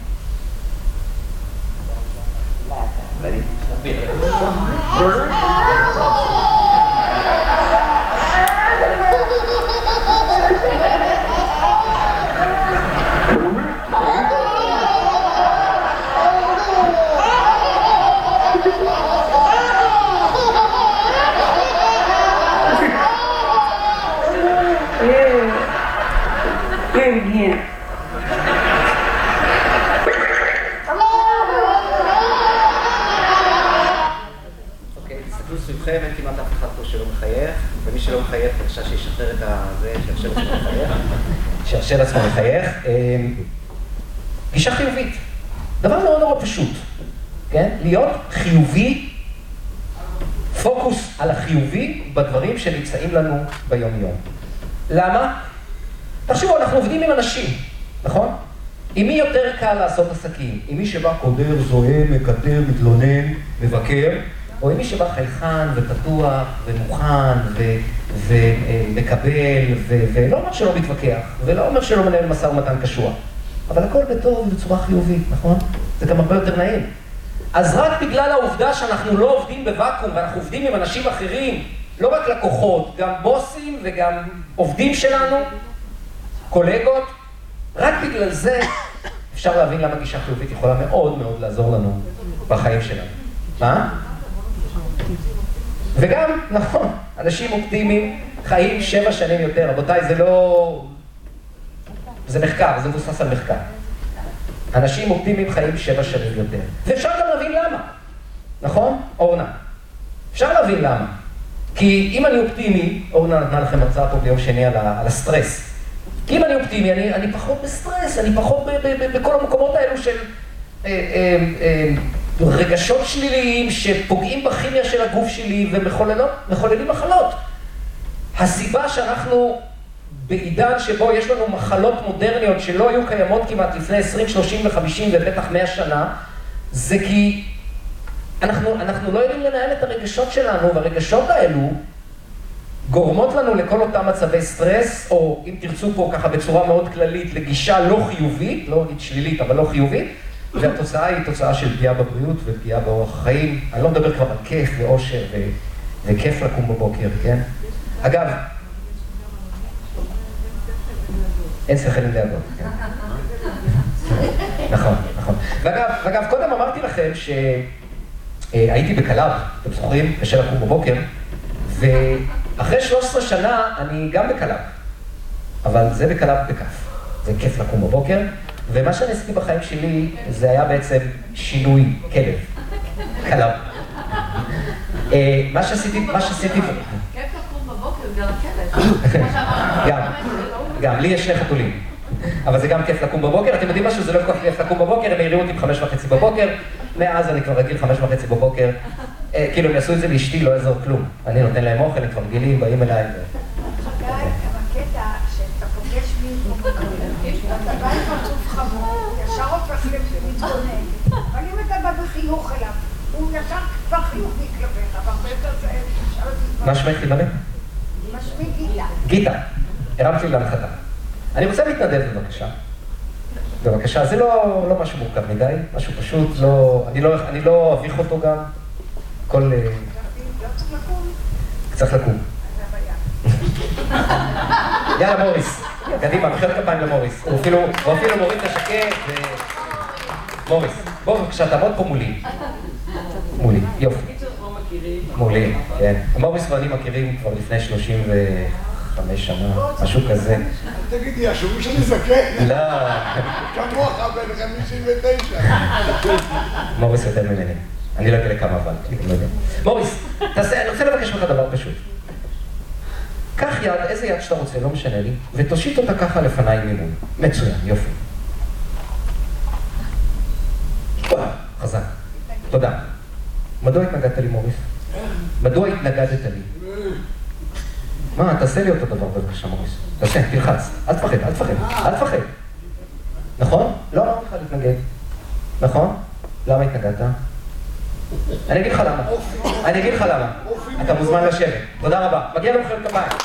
[SPEAKER 1] אין כמעט אף אחד פה שלא מחייך, ומי שלא מחייך, בבקשה שישחרר את זה, שירשה לעצמו מחייך. שירשה לעצמו מחייך. גישה חיובית. דבר מאוד נורא פשוט, כן? להיות חיובי, פוקוס על החיובי בדברים שנמצאים לנו ביום-יום. למה? תחשבו, אנחנו עובדים עם אנשים, נכון? עם מי יותר קל לעשות עסקים? עם מי שבא קודר, זוהה, מקטר, מתלונן, מבקר, או עם מי שבא חייכן ופתוח ומוכן ומקבל, ולא אומר שלא מתווכח, ולא אומר שלא מנהל משא ומתן קשוח. אבל הכל בטוב ובצורה חיובית, נכון? זה גם הרבה יותר נעים. אז רק בגלל העובדה שאנחנו לא עובדים בוואקום, ואנחנו עובדים עם אנשים אחרים, לא רק לקוחות, גם בוסים וגם עובדים שלנו, קולגות, רק בגלל זה אפשר להבין למה גישה חיובית יכולה מאוד מאוד לעזור לנו בחיים שלנו. מה? וגם, נכון, אנשים אופטימיים חיים שבע שנים יותר. רבותיי, זה לא... זה מחקר, זה מבוסס על מחקר. אנשים אופטימיים חיים שבע שנים יותר. ואפשר גם להבין למה. נכון? אורנה. אפשר להבין למה. כי אם אני אופטימי, אורנה נתנה לכם הרצאה פה ביום שני על, ה, על הסטרס. כי אם אני אופטימי, אני, אני פחות בסטרס, אני פחות ב, ב, ב, בכל המקומות האלו של אה, אה, אה, רגשות שליליים שפוגעים בכימיה של הגוף שלי ומחוללים מחלות. הסיבה שאנחנו בעידן שבו יש לנו מחלות מודרניות שלא היו קיימות כמעט לפני עשרים, שלושים וחמישים ובטח מאה שנה, זה כי אנחנו, אנחנו לא יודעים לנהל את הרגשות שלנו, והרגשות האלו גורמות לנו לכל אותם מצבי סטרס, או אם תרצו פה ככה בצורה מאוד כללית, לגישה לא חיובית, לא אגיד שלילית, אבל לא חיובית, והתוצאה היא תוצאה של פגיעה בבריאות ופגיעה באורח החיים. אני לא מדבר כבר על כיף ואושר ו... וכיף לקום בבוקר, כן? אגב, אין שכל עם דאגות, כן? נכון, נכון. ואגב, ואגב, קודם אמרתי לכם שהייתי בקלב, אתם זוכרים, קשה לקום בבוקר, ואחרי שלוש עשרה שנה אני גם בקלב, אבל זה בקלב בכף, זה כיף לקום בבוקר, ומה שאני עשיתי בחיים שלי זה היה בעצם שינוי כלב, קלב. מה שעשיתי, מה שעשיתי...
[SPEAKER 4] כיף לקום בבוקר, גם הכלב.
[SPEAKER 1] גם, גם, לי יש שני חתולים. אבל זה גם כיף לקום בבוקר. אתם יודעים משהו? זה לא כל כך כיף לקום בבוקר, הם העירו אותי בחמש וחצי בבוקר. מאז אני כבר רגיל חמש וחצי בבוקר. כאילו, הם יעשו את זה לאשתי, לא יעזור כלום. אני נותן להם אוכל, הם כבר רגילים, באים אליי.
[SPEAKER 2] חגי, הקטע שאתה פוגש מישהו ואתה בא עם פרצוף חמור, ישר הופך להתגונן. אבל אם אתה בא בחיוך אליו, הוא ישר כבר חיובי כלפיך, והרבה יותר זה...
[SPEAKER 1] מה שמך חילוני?
[SPEAKER 2] מה שמי גיטה.
[SPEAKER 1] גיטה, הרמת לי להנחתה. אני רוצה להתנדב בבקשה. בבקשה, זה לא, לא משהו מורכב מדי, משהו פשוט, לא, אני לא, אני לא אביך אותו גם. כל...
[SPEAKER 2] לא צריך לקום.
[SPEAKER 1] צריך לקום. יאללה מוריס, קדימה, מחיאות כפיים למוריס. הוא אפילו, הוא אפילו מוריד את השקט ו... מוריס, בוא בבקשה, תעמוד פה מולי. מולי, יופי. מולי, כן. מוריס ואני מכירים כבר לפני שלושים וחמש שנה, משהו כזה.
[SPEAKER 6] תגידי, ישבו שאני זקן.
[SPEAKER 1] לא.
[SPEAKER 6] כמוך בן חמישים ותשע.
[SPEAKER 1] מוריס יותר ממני. אני לא יודע לכמה אבל, אני לא יודע. מוריס, תעשה, אני רוצה לבקש ממך דבר פשוט. קח יד, איזה יד שאתה רוצה, לא משנה לי, ותושיט אותה ככה לפניי ממול. מצוין, יופי. חזק. תודה. מדוע התנגדת לי, מוריס? מדוע התנגדת לי? מה, תעשה לי אותו דבר בבקשה, מוריס. תעשה, תלחץ. אל תפחד, אל תפחד, אל תפחד. נכון? לא אמרתי לך להתנגד. נכון? למה התנגדת? אני אגיד לך למה. אני אגיד לך למה. אתה מוזמן לשבת. תודה רבה. מגיע לנו חלק כפיים.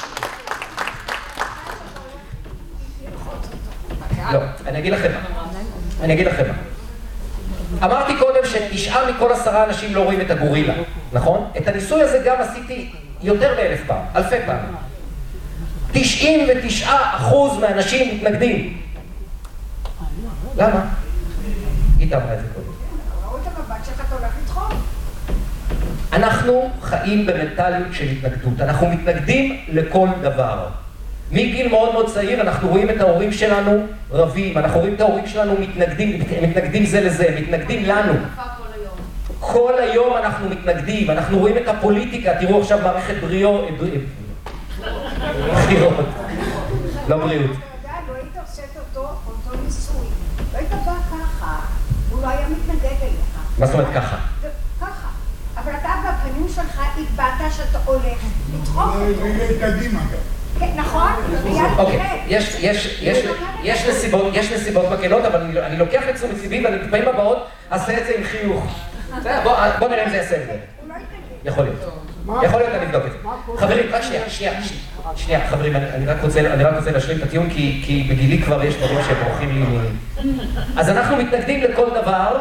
[SPEAKER 1] לא, אני אגיד לכם מה. אני אגיד לכם מה. אמרתי קודם שתשעה מכל עשרה אנשים לא רואים את הגורילה, נכון? את הניסוי הזה גם עשיתי יותר מאלף פעם, אלפי פעמים. תשעים ותשעה אחוז מהאנשים מתנגדים. למה? היא אמרה את זה קודם.
[SPEAKER 2] ראו את המבט שלך, אתה הולך לדחוף.
[SPEAKER 1] אנחנו חיים במנטליות של התנגדות, אנחנו מתנגדים לכל דבר. מגיל מאוד מאוד צעיר אנחנו רואים את ההורים שלנו רבים, אנחנו רואים את ההורים שלנו מתנגדים, מתנגדים זה לזה, מתנגדים לנו. כל היום אנחנו מתנגדים, אנחנו רואים את הפוליטיקה, תראו עכשיו מערכת בריאות, בחירות, לא בריאות.
[SPEAKER 2] אתה יודע, לא היית עושה את אותו ניסוי, לא היית בא ככה, הוא לא היה מתנגד אליך.
[SPEAKER 1] מה זאת אומרת ככה?
[SPEAKER 2] ככה, אבל אתה בפנים שלך התבעת שאתה הולך לדחוף אותו.
[SPEAKER 6] זה קדימה גם.
[SPEAKER 2] כן, נכון?
[SPEAKER 1] אוקיי, יש נסיבות מקלות, אבל אני לוקח את תשומת ליבי ואני בפעמים הבאות אעשה את זה עם חיוך. בוא נראה אם זה יעשה את זה. יכול להיות. יכול להיות, אני אבדוק את זה. חברים, רק שנייה, שנייה, שנייה, חברים, אני רק רוצה להשלים את הטיעון, כי בגילי כבר יש דברים שהם בורחים לי מ... אז אנחנו מתנגדים לכל דבר,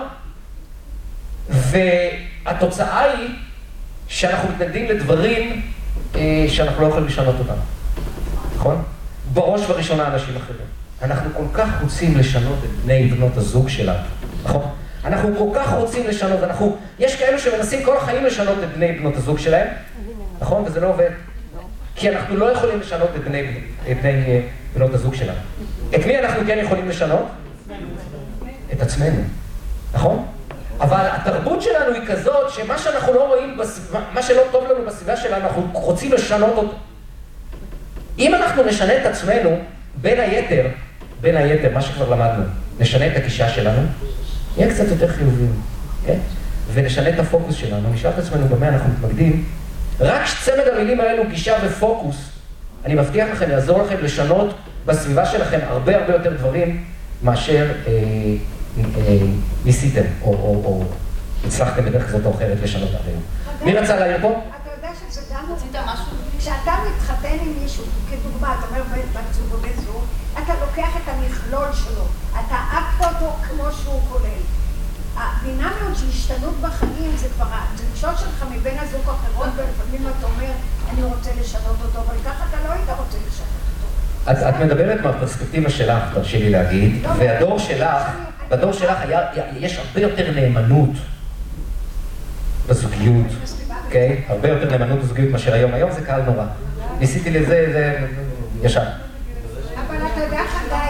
[SPEAKER 1] והתוצאה היא שאנחנו מתנגדים לדברים שאנחנו לא יכולים לשנות אותם. נכון? בראש ובראשונה אנשים אחרים. אנחנו כל כך רוצים לשנות את בני ובנות הזוג שלנו, נכון? אנחנו כל כך רוצים לשנות, אנחנו... יש כאלו שמנסים כל החיים לשנות את בני ובנות הזוג שלהם, נכון? וזה לא עובד. כי אנחנו לא יכולים לשנות את בני, את בני בנות הזוג שלנו. את מי אנחנו כן יכולים לשנות? את עצמנו, נכון? אבל התרבות שלנו היא כזאת שמה שאנחנו לא רואים, בסביבה, מה שלא טוב לנו בסביבה שלנו, אנחנו רוצים לשנות אותו. אם אנחנו נשנה את עצמנו, בין היתר, בין היתר, מה שכבר למדנו, נשנה את הגישה שלנו, נהיה קצת יותר חיוביים, כן? ונשנה את הפוקוס שלנו, נשאל את עצמנו במה אנחנו מתמקדים, רק צמד המילים האלו, גישה ופוקוס, אני מבטיח לכם, יעזור לכם לשנות בסביבה שלכם הרבה הרבה יותר דברים מאשר אה, אה, ניסיתם או, או, או הצלחתם בדרך כזאת או אחרת לשנות עליהם. מי רצה להעיר פה?
[SPEAKER 2] אתה יודע שזה גם... כשאתה מתחתן עם מישהו, כדוגמה, אתה אומר בן זוג, אתה לוקח את המכלול שלו, אתה עקת אותו כמו שהוא כולל. הדינמיות של השתנות בחיים זה כבר הדרישות שלך מבין הזוג אחרות, ולפעמים אתה אומר, אני רוצה לשנות אותו, אבל ככה אתה לא היית רוצה לשנות אותו.
[SPEAKER 1] את מדברת מהפרספקטיבה שלך, תרשי לי להגיד, והדור שלך, בדור שלך יש הרבה יותר נאמנות בזוגיות, אוקיי? הרבה יותר נאמנות בזוגיות מאשר היום. היום זה קהל נורא. ניסיתי לזה, זה ישר.
[SPEAKER 2] אבל אתה יודע חגי,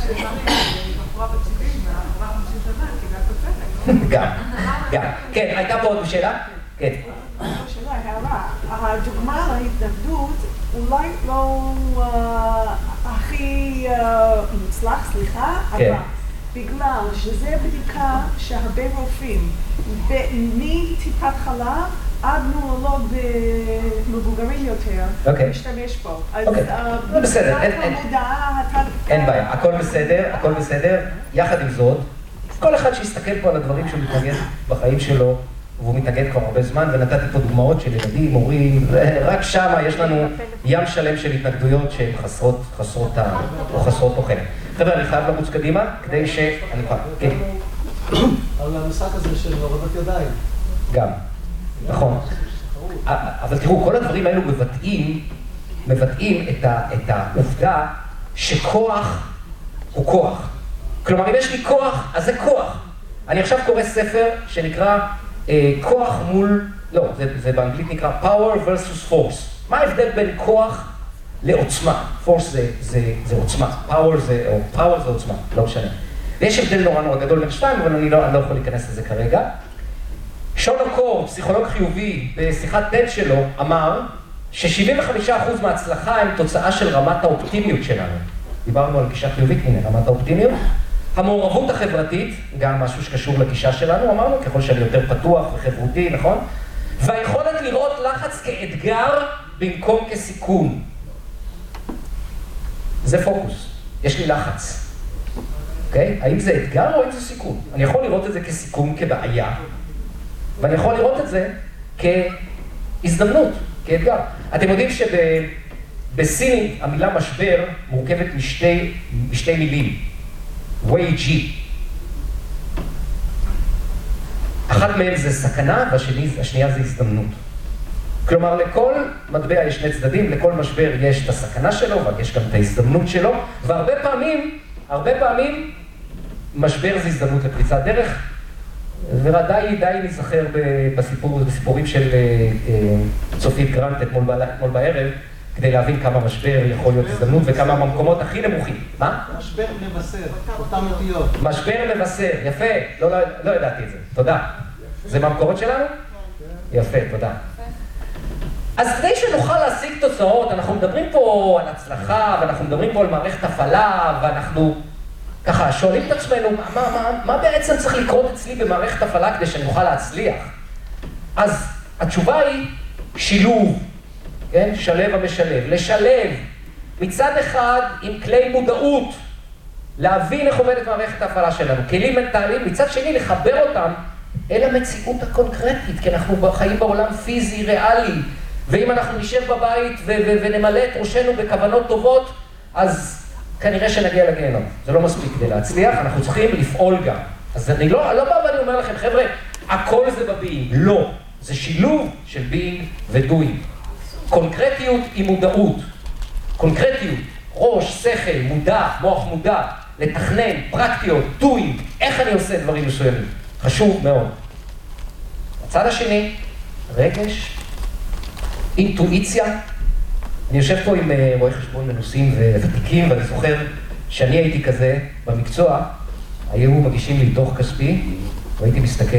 [SPEAKER 1] גם, גם. כן, הייתה פה עוד שאלה? כן.
[SPEAKER 7] שאלה, הערה. הדוגמה להתנגדות אולי לא הכי מוצלח, סליחה, אבל בגלל שזה בדיקה שהרבה רופאים, מטיפת חלב עד נוירולוג מבוגרים יותר, משתמש בו.
[SPEAKER 1] אז בסדר, אין בעיה, הכל בסדר, הכל בסדר. יחד עם זאת, כל אחד שיסתכל פה על הדברים שהוא מתנגד בחיים שלו, והוא מתנגד כבר הרבה זמן, ונתתי פה דוגמאות של ילדים, הורים, רק שם יש לנו ים שלם של התנגדויות שהן חסרות, חסרות טעם, או חסרות תוכן. חבר'ה, אני חייב לרוץ קדימה, כדי ש... אני חייב, כן.
[SPEAKER 5] על המשחק הזה של הורדת ידיים.
[SPEAKER 1] גם, נכון. אבל תראו, כל הדברים האלו מבטאים, מבטאים את העובדה שכוח הוא כוח. כלומר, אם יש לי כוח, אז זה כוח. אני עכשיו קורא ספר שנקרא אה, כוח מול, לא, זה, זה באנגלית נקרא power versus force. מה ההבדל בין כוח לעוצמה? force זה, זה, זה עוצמה, power זה, או power זה עוצמה, לא משנה. ויש הבדל נורא נורא גדול בין שתיים, אבל אני לא, אני לא יכול להיכנס לזה כרגע. שון אוקור, פסיכולוג חיובי, בשיחת טד שלו, אמר ש-שבעים וחמישה אחוז מההצלחה הם תוצאה של רמת האופטימיות שלנו. דיברנו על גישה חיובית, הנה, רמת האופטימיות. המעורבות החברתית, גם משהו שקשור לגישה שלנו, אמרנו, ככל שאני יותר פתוח וחברותי, נכון? והיכולת לראות לחץ כאתגר במקום כסיכון. זה פוקוס. יש לי לחץ. אוקיי? האם זה אתגר או האם זה סיכון? אני יכול לראות את זה כסיכון, כבעיה, ואני יכול לראות את זה כהזדמנות, כאתגר. אתם יודעים שבסינית המילה משבר מורכבת משתי, משתי מילים. ווי-ג'י. אחת מהן זה סכנה, והשנייה זה הזדמנות. כלומר, לכל מטבע יש שני צדדים, לכל משבר יש את הסכנה שלו, אבל יש גם את ההזדמנות שלו, והרבה פעמים, הרבה פעמים, משבר זה הזדמנות לפריצת דרך, ודי די נזכר בסיפור, בסיפורים של צופית גרנט אתמול בערב, כדי להבין כמה משבר יכול להיות הזדמנות וכמה המקומות הכי נמוכים. מה?
[SPEAKER 5] משבר מבשר, אותם אותיות.
[SPEAKER 1] משבר מבשר, יפה, לא, לא, לא ידעתי את זה, תודה. זה מהמקורות שלנו? יפה, תודה. אז כדי שנוכל להשיג תוצאות, אנחנו מדברים פה על הצלחה, ואנחנו מדברים פה על מערכת הפעלה, ואנחנו ככה שואלים את עצמנו, מה, מה, מה בעצם צריך לקרות אצלי במערכת הפעלה כדי שאני אוכל להצליח? אז התשובה היא שילוב. כן? שלב המשלב. לשלב מצד אחד עם כלי מודעות, להבין איך עובדת מערכת ההפעלה שלנו, כלים מנטליים, מצד שני לחבר אותם אל המציאות הקונקרטית, כי אנחנו חיים בעולם פיזי, ריאלי, ואם אנחנו נשב בבית ו- ו- ונמלא את ראשנו בכוונות טובות, אז כנראה שנגיע לגיהנום. זה לא מספיק כדי להצליח, אנחנו צריכים לפעול גם. אז אני לא, לא בא ואני אומר לכם, חבר'ה, הכל זה בביינג. לא. זה שילוב של ביינג ודוינג. קונקרטיות היא מודעות. קונקרטיות, ראש, שכל, מודע, מוח מודע, לתכנן, פרקטיות, doing, איך אני עושה דברים מסוימים. חשוב מאוד. הצד השני, רגש, אינטואיציה, אני יושב פה עם רואי חשבון מנוסים וותיקים, ואני זוכר שאני הייתי כזה במקצוע, היו מגישים לי דוח כספי, והייתי מסתכל,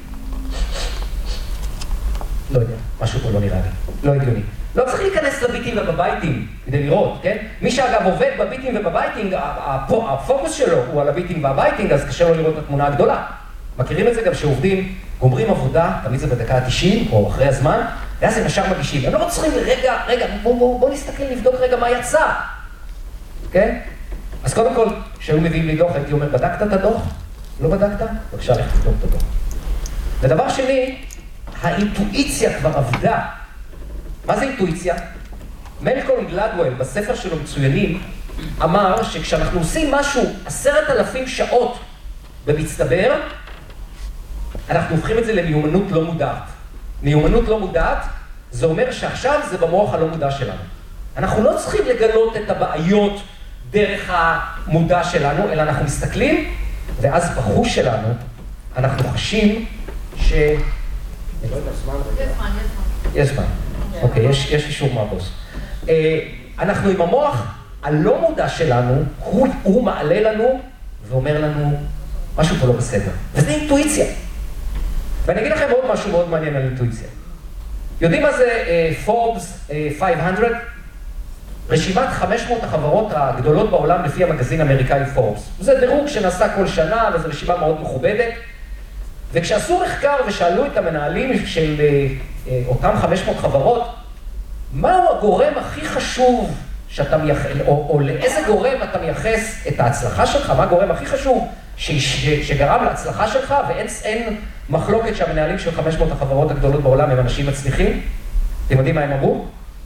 [SPEAKER 1] לא יודע, משהו פה לא נראה לי, לא הגיוני. לא צריך להיכנס לביטים ובבייטים כדי לראות, כן? מי שאגב עובד בביטים ובבייטינג, הפוקוס שלו הוא על הביטים והבייטינג, אז קשה לו לראות את התמונה הגדולה. מכירים את זה גם שעובדים, גומרים עבודה, תמיד זה בדקה ה-תשעים או אחרי הזמן, ואז הם ישר מגישים. הם לא צריכים, רגע, רגע, בוא, בוא, בוא נסתכל, לבדוק רגע מה יצא. כן? אז קודם כל, כשהיו מביאים לי דוח, הייתי אומר, בדקת את הדוח? לא בדקת? בבקשה, לך תבדוק את הדוח. ודבר שני, האינטואיציה כבר עבדה. מה זה אינטואיציה? מלקולם גלדוול, בספר שלו מצוינים, אמר שכשאנחנו עושים משהו עשרת אלפים שעות במצטבר, אנחנו הופכים את זה למיומנות לא מודעת. מיומנות לא מודעת, זה אומר שעכשיו זה במוח הלא מודע שלנו. אנחנו לא צריכים לגלות את הבעיות דרך המודע שלנו, אלא אנחנו מסתכלים, ואז בחוש שלנו אנחנו חשים ש... אני לא יודע, זמן רגע. יש זמן, יש זמן. יש זמן. אוקיי, יש, יש אישור מהבוס. אנחנו עם המוח הלא מודע שלנו, הוא, הוא מעלה לנו ואומר לנו משהו פה לא בסדר. וזה אינטואיציה. ואני אגיד לכם עוד משהו מאוד מעניין על אינטואיציה. יודעים מה זה פורבס חמש מאות? רשימת חמש מאות החברות הגדולות בעולם לפי המגזין האמריקאי פורבס. זה דירוג שנעשה כל שנה, וזו רשימה מאוד מכובדת. וכשעשו מחקר ושאלו את המנהלים של אותם חמש מאות חברות, מהו הגורם הכי חשוב שאתה מייחס, או, או לאיזה גורם אתה מייחס את ההצלחה שלך, מה הגורם הכי חשוב ש, ש, שגרם להצלחה שלך, ואין אין מחלוקת שהמנהלים של חמש מאות החברות הגדולות בעולם הם אנשים מצליחים? אתם יודעים מה הם אמרו?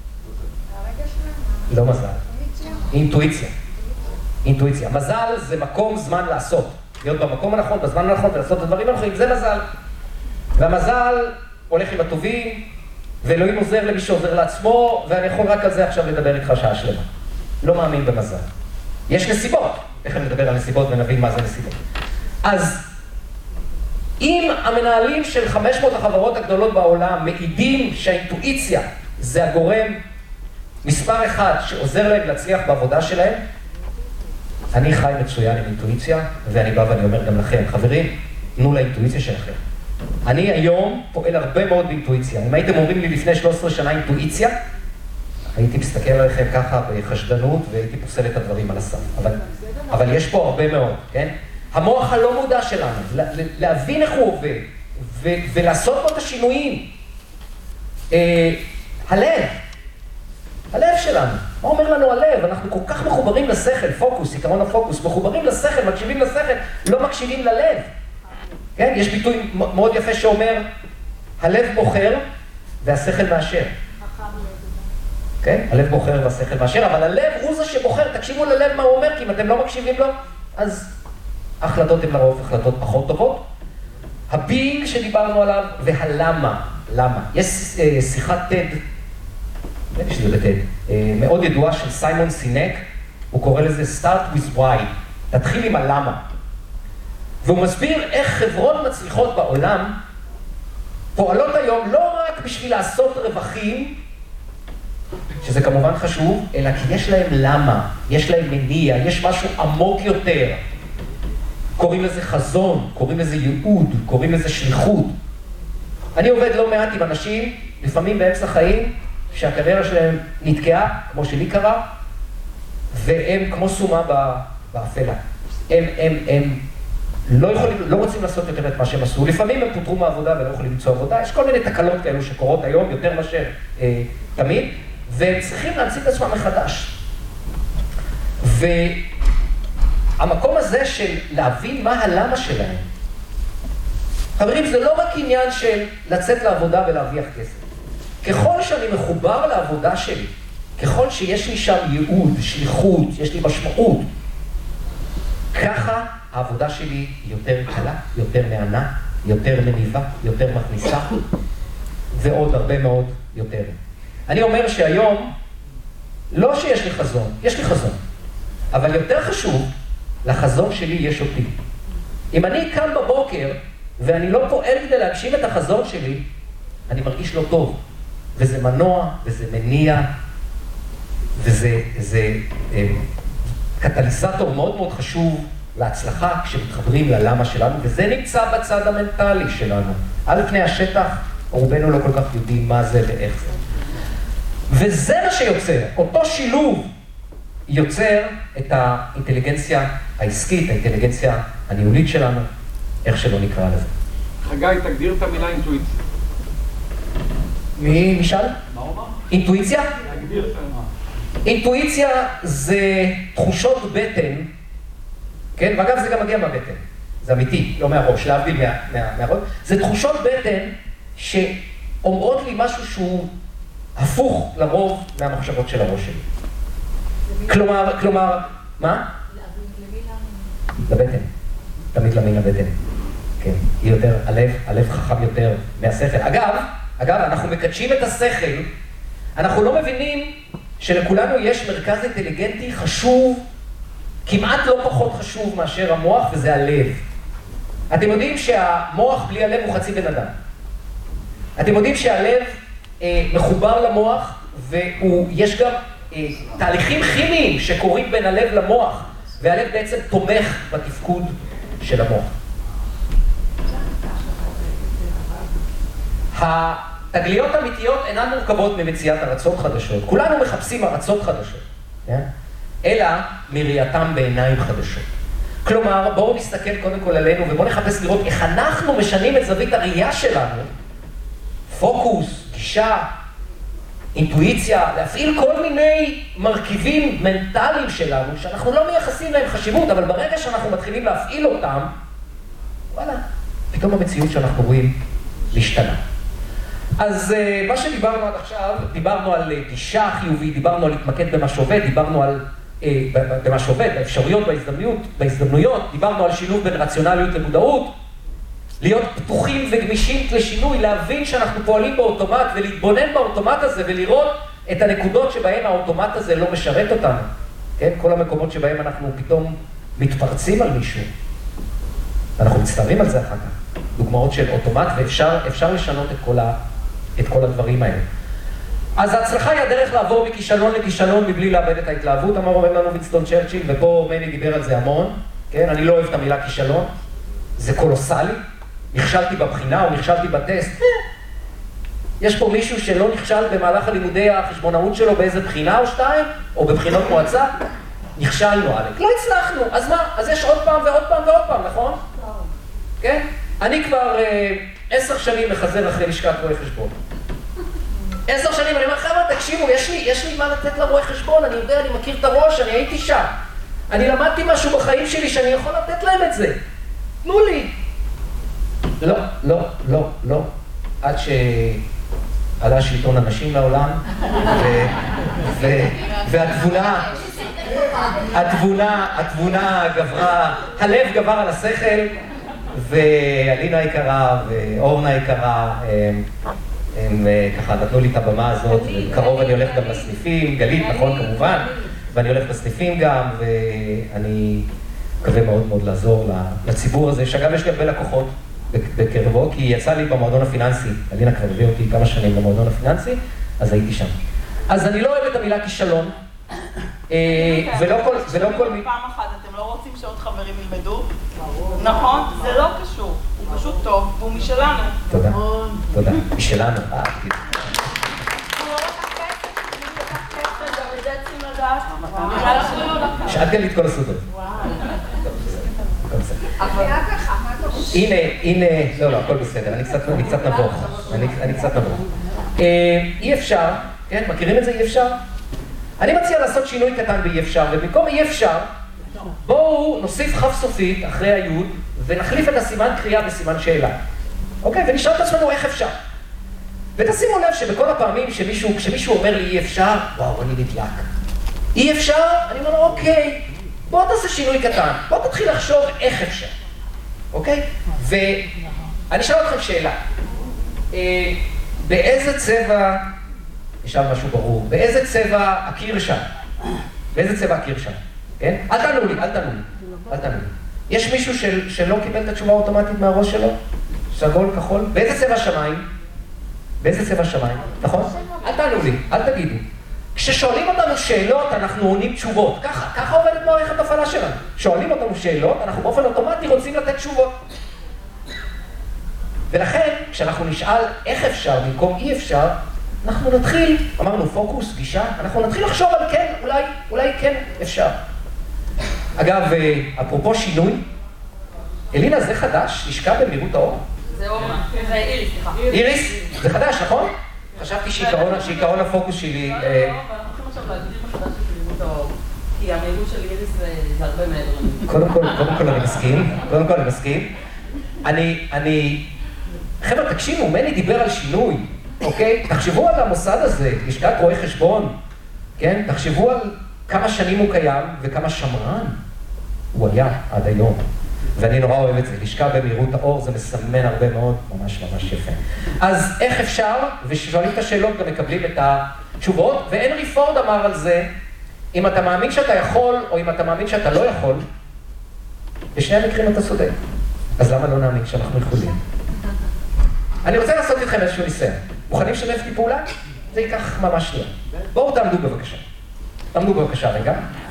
[SPEAKER 1] לא מזל. אינטואיציה. אינטואיציה. מזל זה מקום זמן לעשות. להיות במקום הנכון, בזמן הנכון, ולעשות את הדברים הנכונים, זה מזל. והמזל הולך עם הטובים, ואלוהים עוזר למי שעוזר לעצמו, ואני יכול רק על זה עכשיו לדבר איתך שעה שלמה. לא מאמין במזל. יש נסיבות. איך אני מדבר על נסיבות ונבין מה זה נסיבות. אז אם המנהלים של חמש מאות החברות הגדולות בעולם מעידים שהאינטואיציה זה הגורם מספר אחד שעוזר להם להצליח בעבודה שלהם, אני חי מצוין עם אינטואיציה, ואני בא ואני אומר גם לכם, חברים, תנו לאינטואיציה שלכם. אני היום פועל הרבה מאוד באינטואיציה. אם הייתם אומרים לי לפני שלוש עשרה שנה אינטואיציה, הייתי מסתכל עליכם ככה בחשדנות, והייתי פוסל את הדברים על הסף. אבל, אבל יש פה הרבה מאוד, כן? המוח הלא מודע שלנו, להבין איך הוא עובד, ו- ולעשות פה את השינויים. אה, הלב, הלב שלנו. מה אומר לנו הלב? אנחנו כל כך מחוברים לשכל, פוקוס, עיקרון הפוקוס, מחוברים לשכל, מקשיבים לשכל, לא מקשיבים ללב. כן? יש ביטוי מאוד יפה שאומר, הלב בוחר והשכל מאשר. כן? הלב בוחר והשכל מאשר, אבל הלב הוא זה שבוחר, תקשיבו ללב מה הוא אומר, כי אם אתם לא מקשיבים לו, אז ההחלטות הן לרוב החלטות פחות טובות. הביינג שדיברנו עליו, והלמה, למה. יש שיחת טד, אני חושב שזה בטד, מאוד ידועה של סיימון סינק, הוא קורא לזה start with why, תתחיל עם הלמה. והוא מסביר איך חברות מצליחות בעולם פועלות היום לא רק בשביל לעשות רווחים, שזה כמובן חשוב, אלא כי יש להם למה, יש להם מניע, יש משהו עמוק יותר. קוראים לזה חזון, קוראים לזה ייעוד, קוראים לזה שליחות. אני עובד לא מעט עם אנשים, לפעמים באמצע חיים, שהקריירה שלהם נתקעה, כמו שלי קרה, והם כמו סומה באפלה. הם, הם, הם לא יכולים, לא רוצים לעשות יותר את מה שהם עשו. לפעמים הם פוטרו מהעבודה ולא יכולים למצוא עבודה. יש כל מיני תקלות כאלו שקורות היום, יותר מאשר אה, תמיד, והם צריכים להמציא את עצמם מחדש. והמקום הזה של להבין מה הלמה שלהם, חברים, זה לא רק עניין של לצאת לעבודה ולהרוויח כסף. ככל שאני מחובר לעבודה שלי, ככל שיש לי שם ייעוד, שליחות, יש לי משמעות, ככה העבודה שלי יותר קלה, יותר מענה, יותר מניבה, יותר מכניסה, ועוד הרבה מאוד יותר. אני אומר שהיום, לא שיש לי חזון, יש לי חזון, אבל יותר חשוב, לחזון שלי יש אותי. אם אני קם בבוקר, ואני לא פועל כדי להגשים את החזון שלי, אני מרגיש לא טוב. וזה מנוע, וזה מניע, וזה זה, אה, קטליזטור מאוד מאוד חשוב להצלחה כשמתחברים ללמה שלנו, וזה נמצא בצד המנטלי שלנו. על פני השטח, רובנו לא כל כך יודעים מה זה ואיך זה. וזה מה שיוצר, אותו שילוב יוצר את האינטליגנציה העסקית, האינטליגנציה הניהולית שלנו, איך שלא נקרא לזה.
[SPEAKER 5] חגי, תגדיר את המילה אינטואיציה.
[SPEAKER 1] מי משאל?
[SPEAKER 5] מה הוא אמר?
[SPEAKER 1] אינטואיציה?
[SPEAKER 5] תגדיר את המילה.
[SPEAKER 1] אינטואיציה זה תחושות בטן, כן? ואגב זה גם מגיע מהבטן, זה אמיתי, לא מהראש, להבדיל מה, מה, מהראש. זה תחושות בטן שאומרות לי משהו שהוא הפוך לרוב מהמחשבות של הראש שלי. כלומר, כלומר, מה? לבטן, תמיד למין הבטן, כן, היא יותר, הלב, הלב חכם יותר מהשכל. אגב, אגב, אנחנו מקדשים את השכל, אנחנו לא מבינים שלכולנו יש מרכז אינטליגנטי חשוב, כמעט לא פחות חשוב מאשר המוח, וזה הלב. אתם יודעים שהמוח בלי הלב הוא חצי בן אדם. אתם יודעים שהלב אה, מחובר למוח, ויש גם אה, תהליכים כימיים שקורים בין הלב למוח, והלב בעצם תומך בתפקוד של המוח. התגליות האמיתיות אינן מורכבות ממציאת ארצות חדשות. כולנו מחפשים ארצות חדשות, כן? אלא מראייתם בעיניים חדשות. כלומר, בואו נסתכל קודם כל עלינו ובואו נחפש לראות איך אנחנו משנים את זווית הראייה שלנו. פוקוס, גישה, אינטואיציה, להפעיל כל מיני מרכיבים מנטליים שלנו שאנחנו לא מייחסים להם חשיבות, אבל ברגע שאנחנו מתחילים להפעיל אותם, וואלה, פתאום המציאות שאנחנו רואים משתנה. אז uh, מה שדיברנו עד עכשיו, דיברנו על uh, גישה חיובית, דיברנו על להתמקד במה שעובד, דיברנו על uh, במה שעובד, באפשרויות, בהזדמנויות, בהזדמנויות, דיברנו על שילוב בין רציונליות למודעות, להיות פתוחים וגמישים לשינוי, להבין שאנחנו פועלים באוטומט ולהתבונן באוטומט הזה ולראות את הנקודות שבהן האוטומט הזה לא משרת אותנו. כן? כל המקומות שבהם אנחנו פתאום מתפרצים על מישהו, ואנחנו מצטערים על זה אחר כך. דוגמאות של אוטומט, ואפשר אפשר לשנות את כל, ה, את כל הדברים האלה. אז ההצלחה היא הדרך לעבור מכישלון לכישלון מבלי לאבד את ההתלהבות, אמר אומר לנו וינסטון צ'רצ'יל, ופה מני דיבר על זה המון, כן? אני לא אוהב את המילה כישלון, זה קולוסלי, נכשלתי בבחינה או נכשלתי בטסט. יש פה מישהו שלא נכשל במהלך הלימודי החשבונאות שלו באיזה בחינה או שתיים, או בבחינות מועצה, נכשלנו עליהם, לא הצלחנו, אז מה? אז יש עוד פעם ועוד פעם ועוד פעם, נכון? כן? אני כבר אה, עשר שנים מחזר אחרי לשכת רואי חשבון. עשר שנים, אני אומר, חבר'ה, תקשיבו, יש לי, יש לי מה לתת לרואי חשבון, אני יודע, אני מכיר את הראש, אני הייתי שם. אני למדתי משהו בחיים שלי שאני יכול לתת להם את זה. תנו לי. לא, לא, לא, לא. עד שעלה שלטון הנשים לעולם, ו... ו... והתבונה, התבונה, התבונה גברה, הלב גבר על השכל, ואלינה יקרה ואורנה יקרה, הם, הם ככה נתנו לי את הבמה הזאת, וקרוב אני הולך גם לסניפים, גלית, נכון, כמובן, ואני הולך לסניפים גם, ואני מקווה מאוד מאוד לעזור לציבור הזה, שגם יש לי הרבה לקוחות בקרבו, כי יצא לי במועדון הפיננסי, אלינה כבר הביא אותי כמה שנים במועדון הפיננסי, אז הייתי שם. אז אני לא אוהב את המילה כישלון, ולא כל...
[SPEAKER 8] פעם אחת, אתם לא רוצים שעוד חברים ילמדו? נכון? זה לא קשור, הוא פשוט טוב, והוא משלנו.
[SPEAKER 1] תודה, תודה, משלנו. אה, כאילו. שאת גלית כל הסודות. הנה, הנה, לא, לא, הכל בסדר, אני קצת נבוך, אני קצת נבוך. אי אפשר, כן, מכירים את זה? אי אפשר? אני מציע לעשות שינוי קטן באי אפשר, ובמקום אי אפשר, בואו נוסיף חף סופית אחרי היוד, ונחליף את הסימן קריאה בסימן שאלה. אוקיי? ונשאל את עצמנו איך אפשר. ותשימו לב שבכל הפעמים שמישהו, כשמישהו אומר לי אי אפשר, וואו, אני נדלק. אי אפשר? אני אומר לו, אוקיי, בוא תעשה שינוי קטן, בוא תתחיל לחשוב איך אפשר. אוקיי? ואני אשאל אתכם שאלה. באיזה צבע... נשאל משהו ברור. באיזה צבע הקיר שם? באיזה צבע הקיר שם? כן? אל תענו לי, אל תענו לי. אל תענו לי. יש מישהו של, שלא קיבל את התשובה האוטומטית מהראש שלו? סגול, כחול? באיזה צבע השמיים? באיזה צבע השמיים? נכון? אל תענו לי, אל תגידו. כששואלים אותנו שאלות, אנחנו עונים תשובות. ככה, ככה עובדת מערכת הפעלה שלנו. שואלים אותנו שאלות, אנחנו באופן אוטומטי רוצים לתת תשובות. ולכן, כשאנחנו נשאל איך אפשר במקום אי אפשר, אנחנו נתחיל, אמרנו פוקוס, גישה, אנחנו נתחיל לחשוב על כן, אולי, אולי כן אפשר. אגב, אפרופו שינוי, אלינה, זה חדש? לשכה במהירות האור?
[SPEAKER 8] זה אורנה, זה איריס, סליחה.
[SPEAKER 1] איריס? זה חדש, נכון? חשבתי שעיקרון הפוקוס שלי...
[SPEAKER 8] לא, לא, אבל אנחנו הולכים עכשיו להגדיר מחדש את מהירות האור, כי המהירות של איריס זה הרבה מעבר למהירות.
[SPEAKER 1] קודם כל, קודם כל אני מסכים, קודם כל אני מסכים. אני, אני... חבר'ה, תקשיבו, מני דיבר על שינוי, אוקיי? תחשבו על המוסד הזה, לשכת רואי חשבון, כן? תחשבו על כמה שנים הוא קיים וכמה שמרן הוא היה עד היום. ואני נורא אוהב את זה, לשכה במהירות האור, זה מסמן הרבה מאוד, ממש ממש יפה. אז איך אפשר, ושואלים את השאלות גם מקבלים את התשובות, והנרי פורד אמר על זה, אם אתה מאמין שאתה יכול, או אם אתה מאמין שאתה לא יכול, בשני המקרים אתה צודק. אז למה לא נאמין שאנחנו יכולים? אני רוצה לעשות איתכם איזשהו ניסיון. מוכנים לשתף לי פעולה? זה ייקח ממש שנייה. בואו תעמדו בבקשה. תעמדו בבקשה רגע.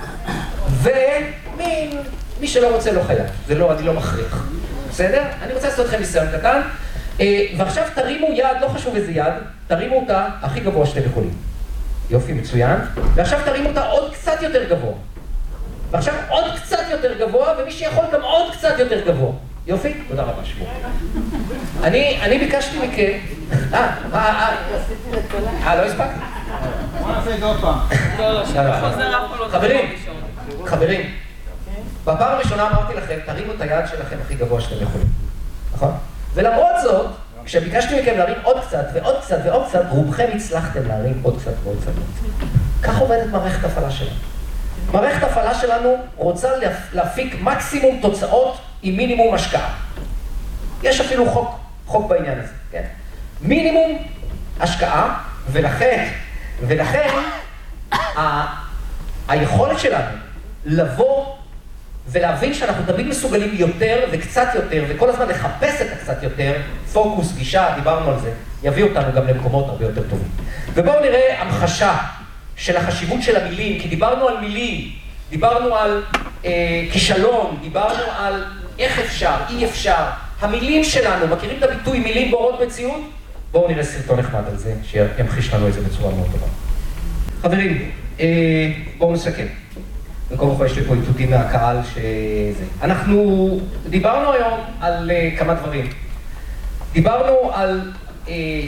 [SPEAKER 1] ומי מי שלא רוצה לא חייב. זה לא, אני לא מכריח. בסדר? אני רוצה לעשות איתכם ניסיון קטן. ועכשיו תרימו יד, לא חשוב איזה יד, תרימו אותה הכי גבוה שאתם יכולים. יופי, מצוין. ועכשיו תרימו אותה עוד קצת יותר גבוה. ועכשיו עוד קצת יותר גבוה, ומי שיכול גם עוד קצת יותר גבוה. יופי? תודה רבה, שבו. אני, אני ביקשתי מכם... אה, אה, אה, אה, לא הספקתי?
[SPEAKER 5] בוא נעשה את זה עוד פעם.
[SPEAKER 8] לא, לא, שחוזר אף לא...
[SPEAKER 1] חברים, חברים, בפעם הראשונה אמרתי לכם, תרימו את היד שלכם הכי גבוה שאתם יכולים. נכון? ולמרות זאת, כשביקשתי מכם להרים עוד קצת ועוד קצת ועוד קצת, רובכם הצלחתם להרים עוד קצת ועוד קצת ועוד קצת. כך עובדת מערכת הפעלה שלנו. מערכת הפעלה שלנו רוצה להפיק מקסימום תוצאות עם מינימום השקעה. יש אפילו חוק, חוק בעניין הזה, כן? מינימום השקעה, ולכן, ולכן, ה, היכולת שלנו לבוא ולהבין שאנחנו תמיד מסוגלים יותר וקצת יותר, וכל הזמן לחפש את הקצת יותר, פוקוס, גישה, דיברנו על זה, יביא אותנו גם למקומות הרבה יותר טובים. ובואו נראה המחשה של החשיבות של המילים, כי דיברנו על מילים, דיברנו על אה, כישלון, דיברנו על איך אפשר, אי אפשר. המילים שלנו, מכירים את הביטוי מילים בורות מציאות? בואו נראה סרטון נחמד על זה, שימחיש לנו את זה בצורה מאוד טובה. חברים, אה, בואו נסכם. במקום אחרי יש לי פה איתותים מהקהל שזה. אנחנו דיברנו היום על uh, כמה דברים. דיברנו על, uh,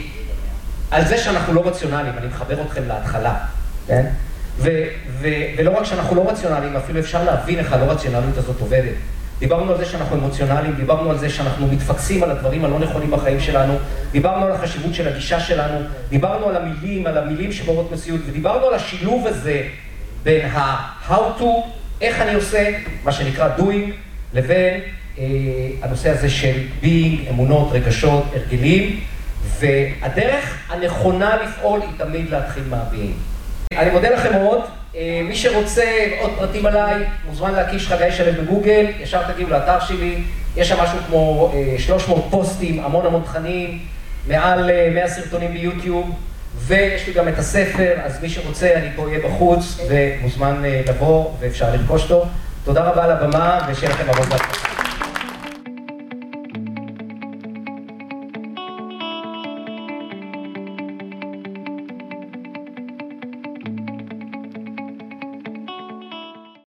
[SPEAKER 1] על זה שאנחנו לא רציונליים, אני מחבר אתכם להתחלה, כן? ו, ו, ולא רק שאנחנו לא רציונליים, אפילו אפשר להבין איך הלא רציונליות הזאת עובדת. דיברנו על זה שאנחנו אמוציונליים, דיברנו על זה שאנחנו מתפקסים על הדברים הלא נכונים בחיים שלנו, דיברנו על החשיבות של הגישה שלנו, דיברנו על המילים, על המילים שבורות מציאות, ודיברנו על השילוב הזה בין ה-how to, איך אני עושה, מה שנקרא doing, לבין אה, הנושא הזה של being, אמונות, רגשות, הרגלים, והדרך הנכונה לפעול היא תמיד להתחיל מה-being. אני מודה לכם מאוד. מי שרוצה עוד פרטים עליי, מוזמן להקיש חגי שלם בגוגל, ישר תגיעו לאתר שלי, יש שם משהו כמו שלוש מאות פוסטים, המון המון תכנים, מעל מאה סרטונים ביוטיוב, ויש לי גם את הספר, אז מי שרוצה, אני פה אהיה בחוץ, ומוזמן לבוא ואפשר לרכוש אותו. תודה רבה על הבמה, ושיהיה לכם עבוד בהצלחה.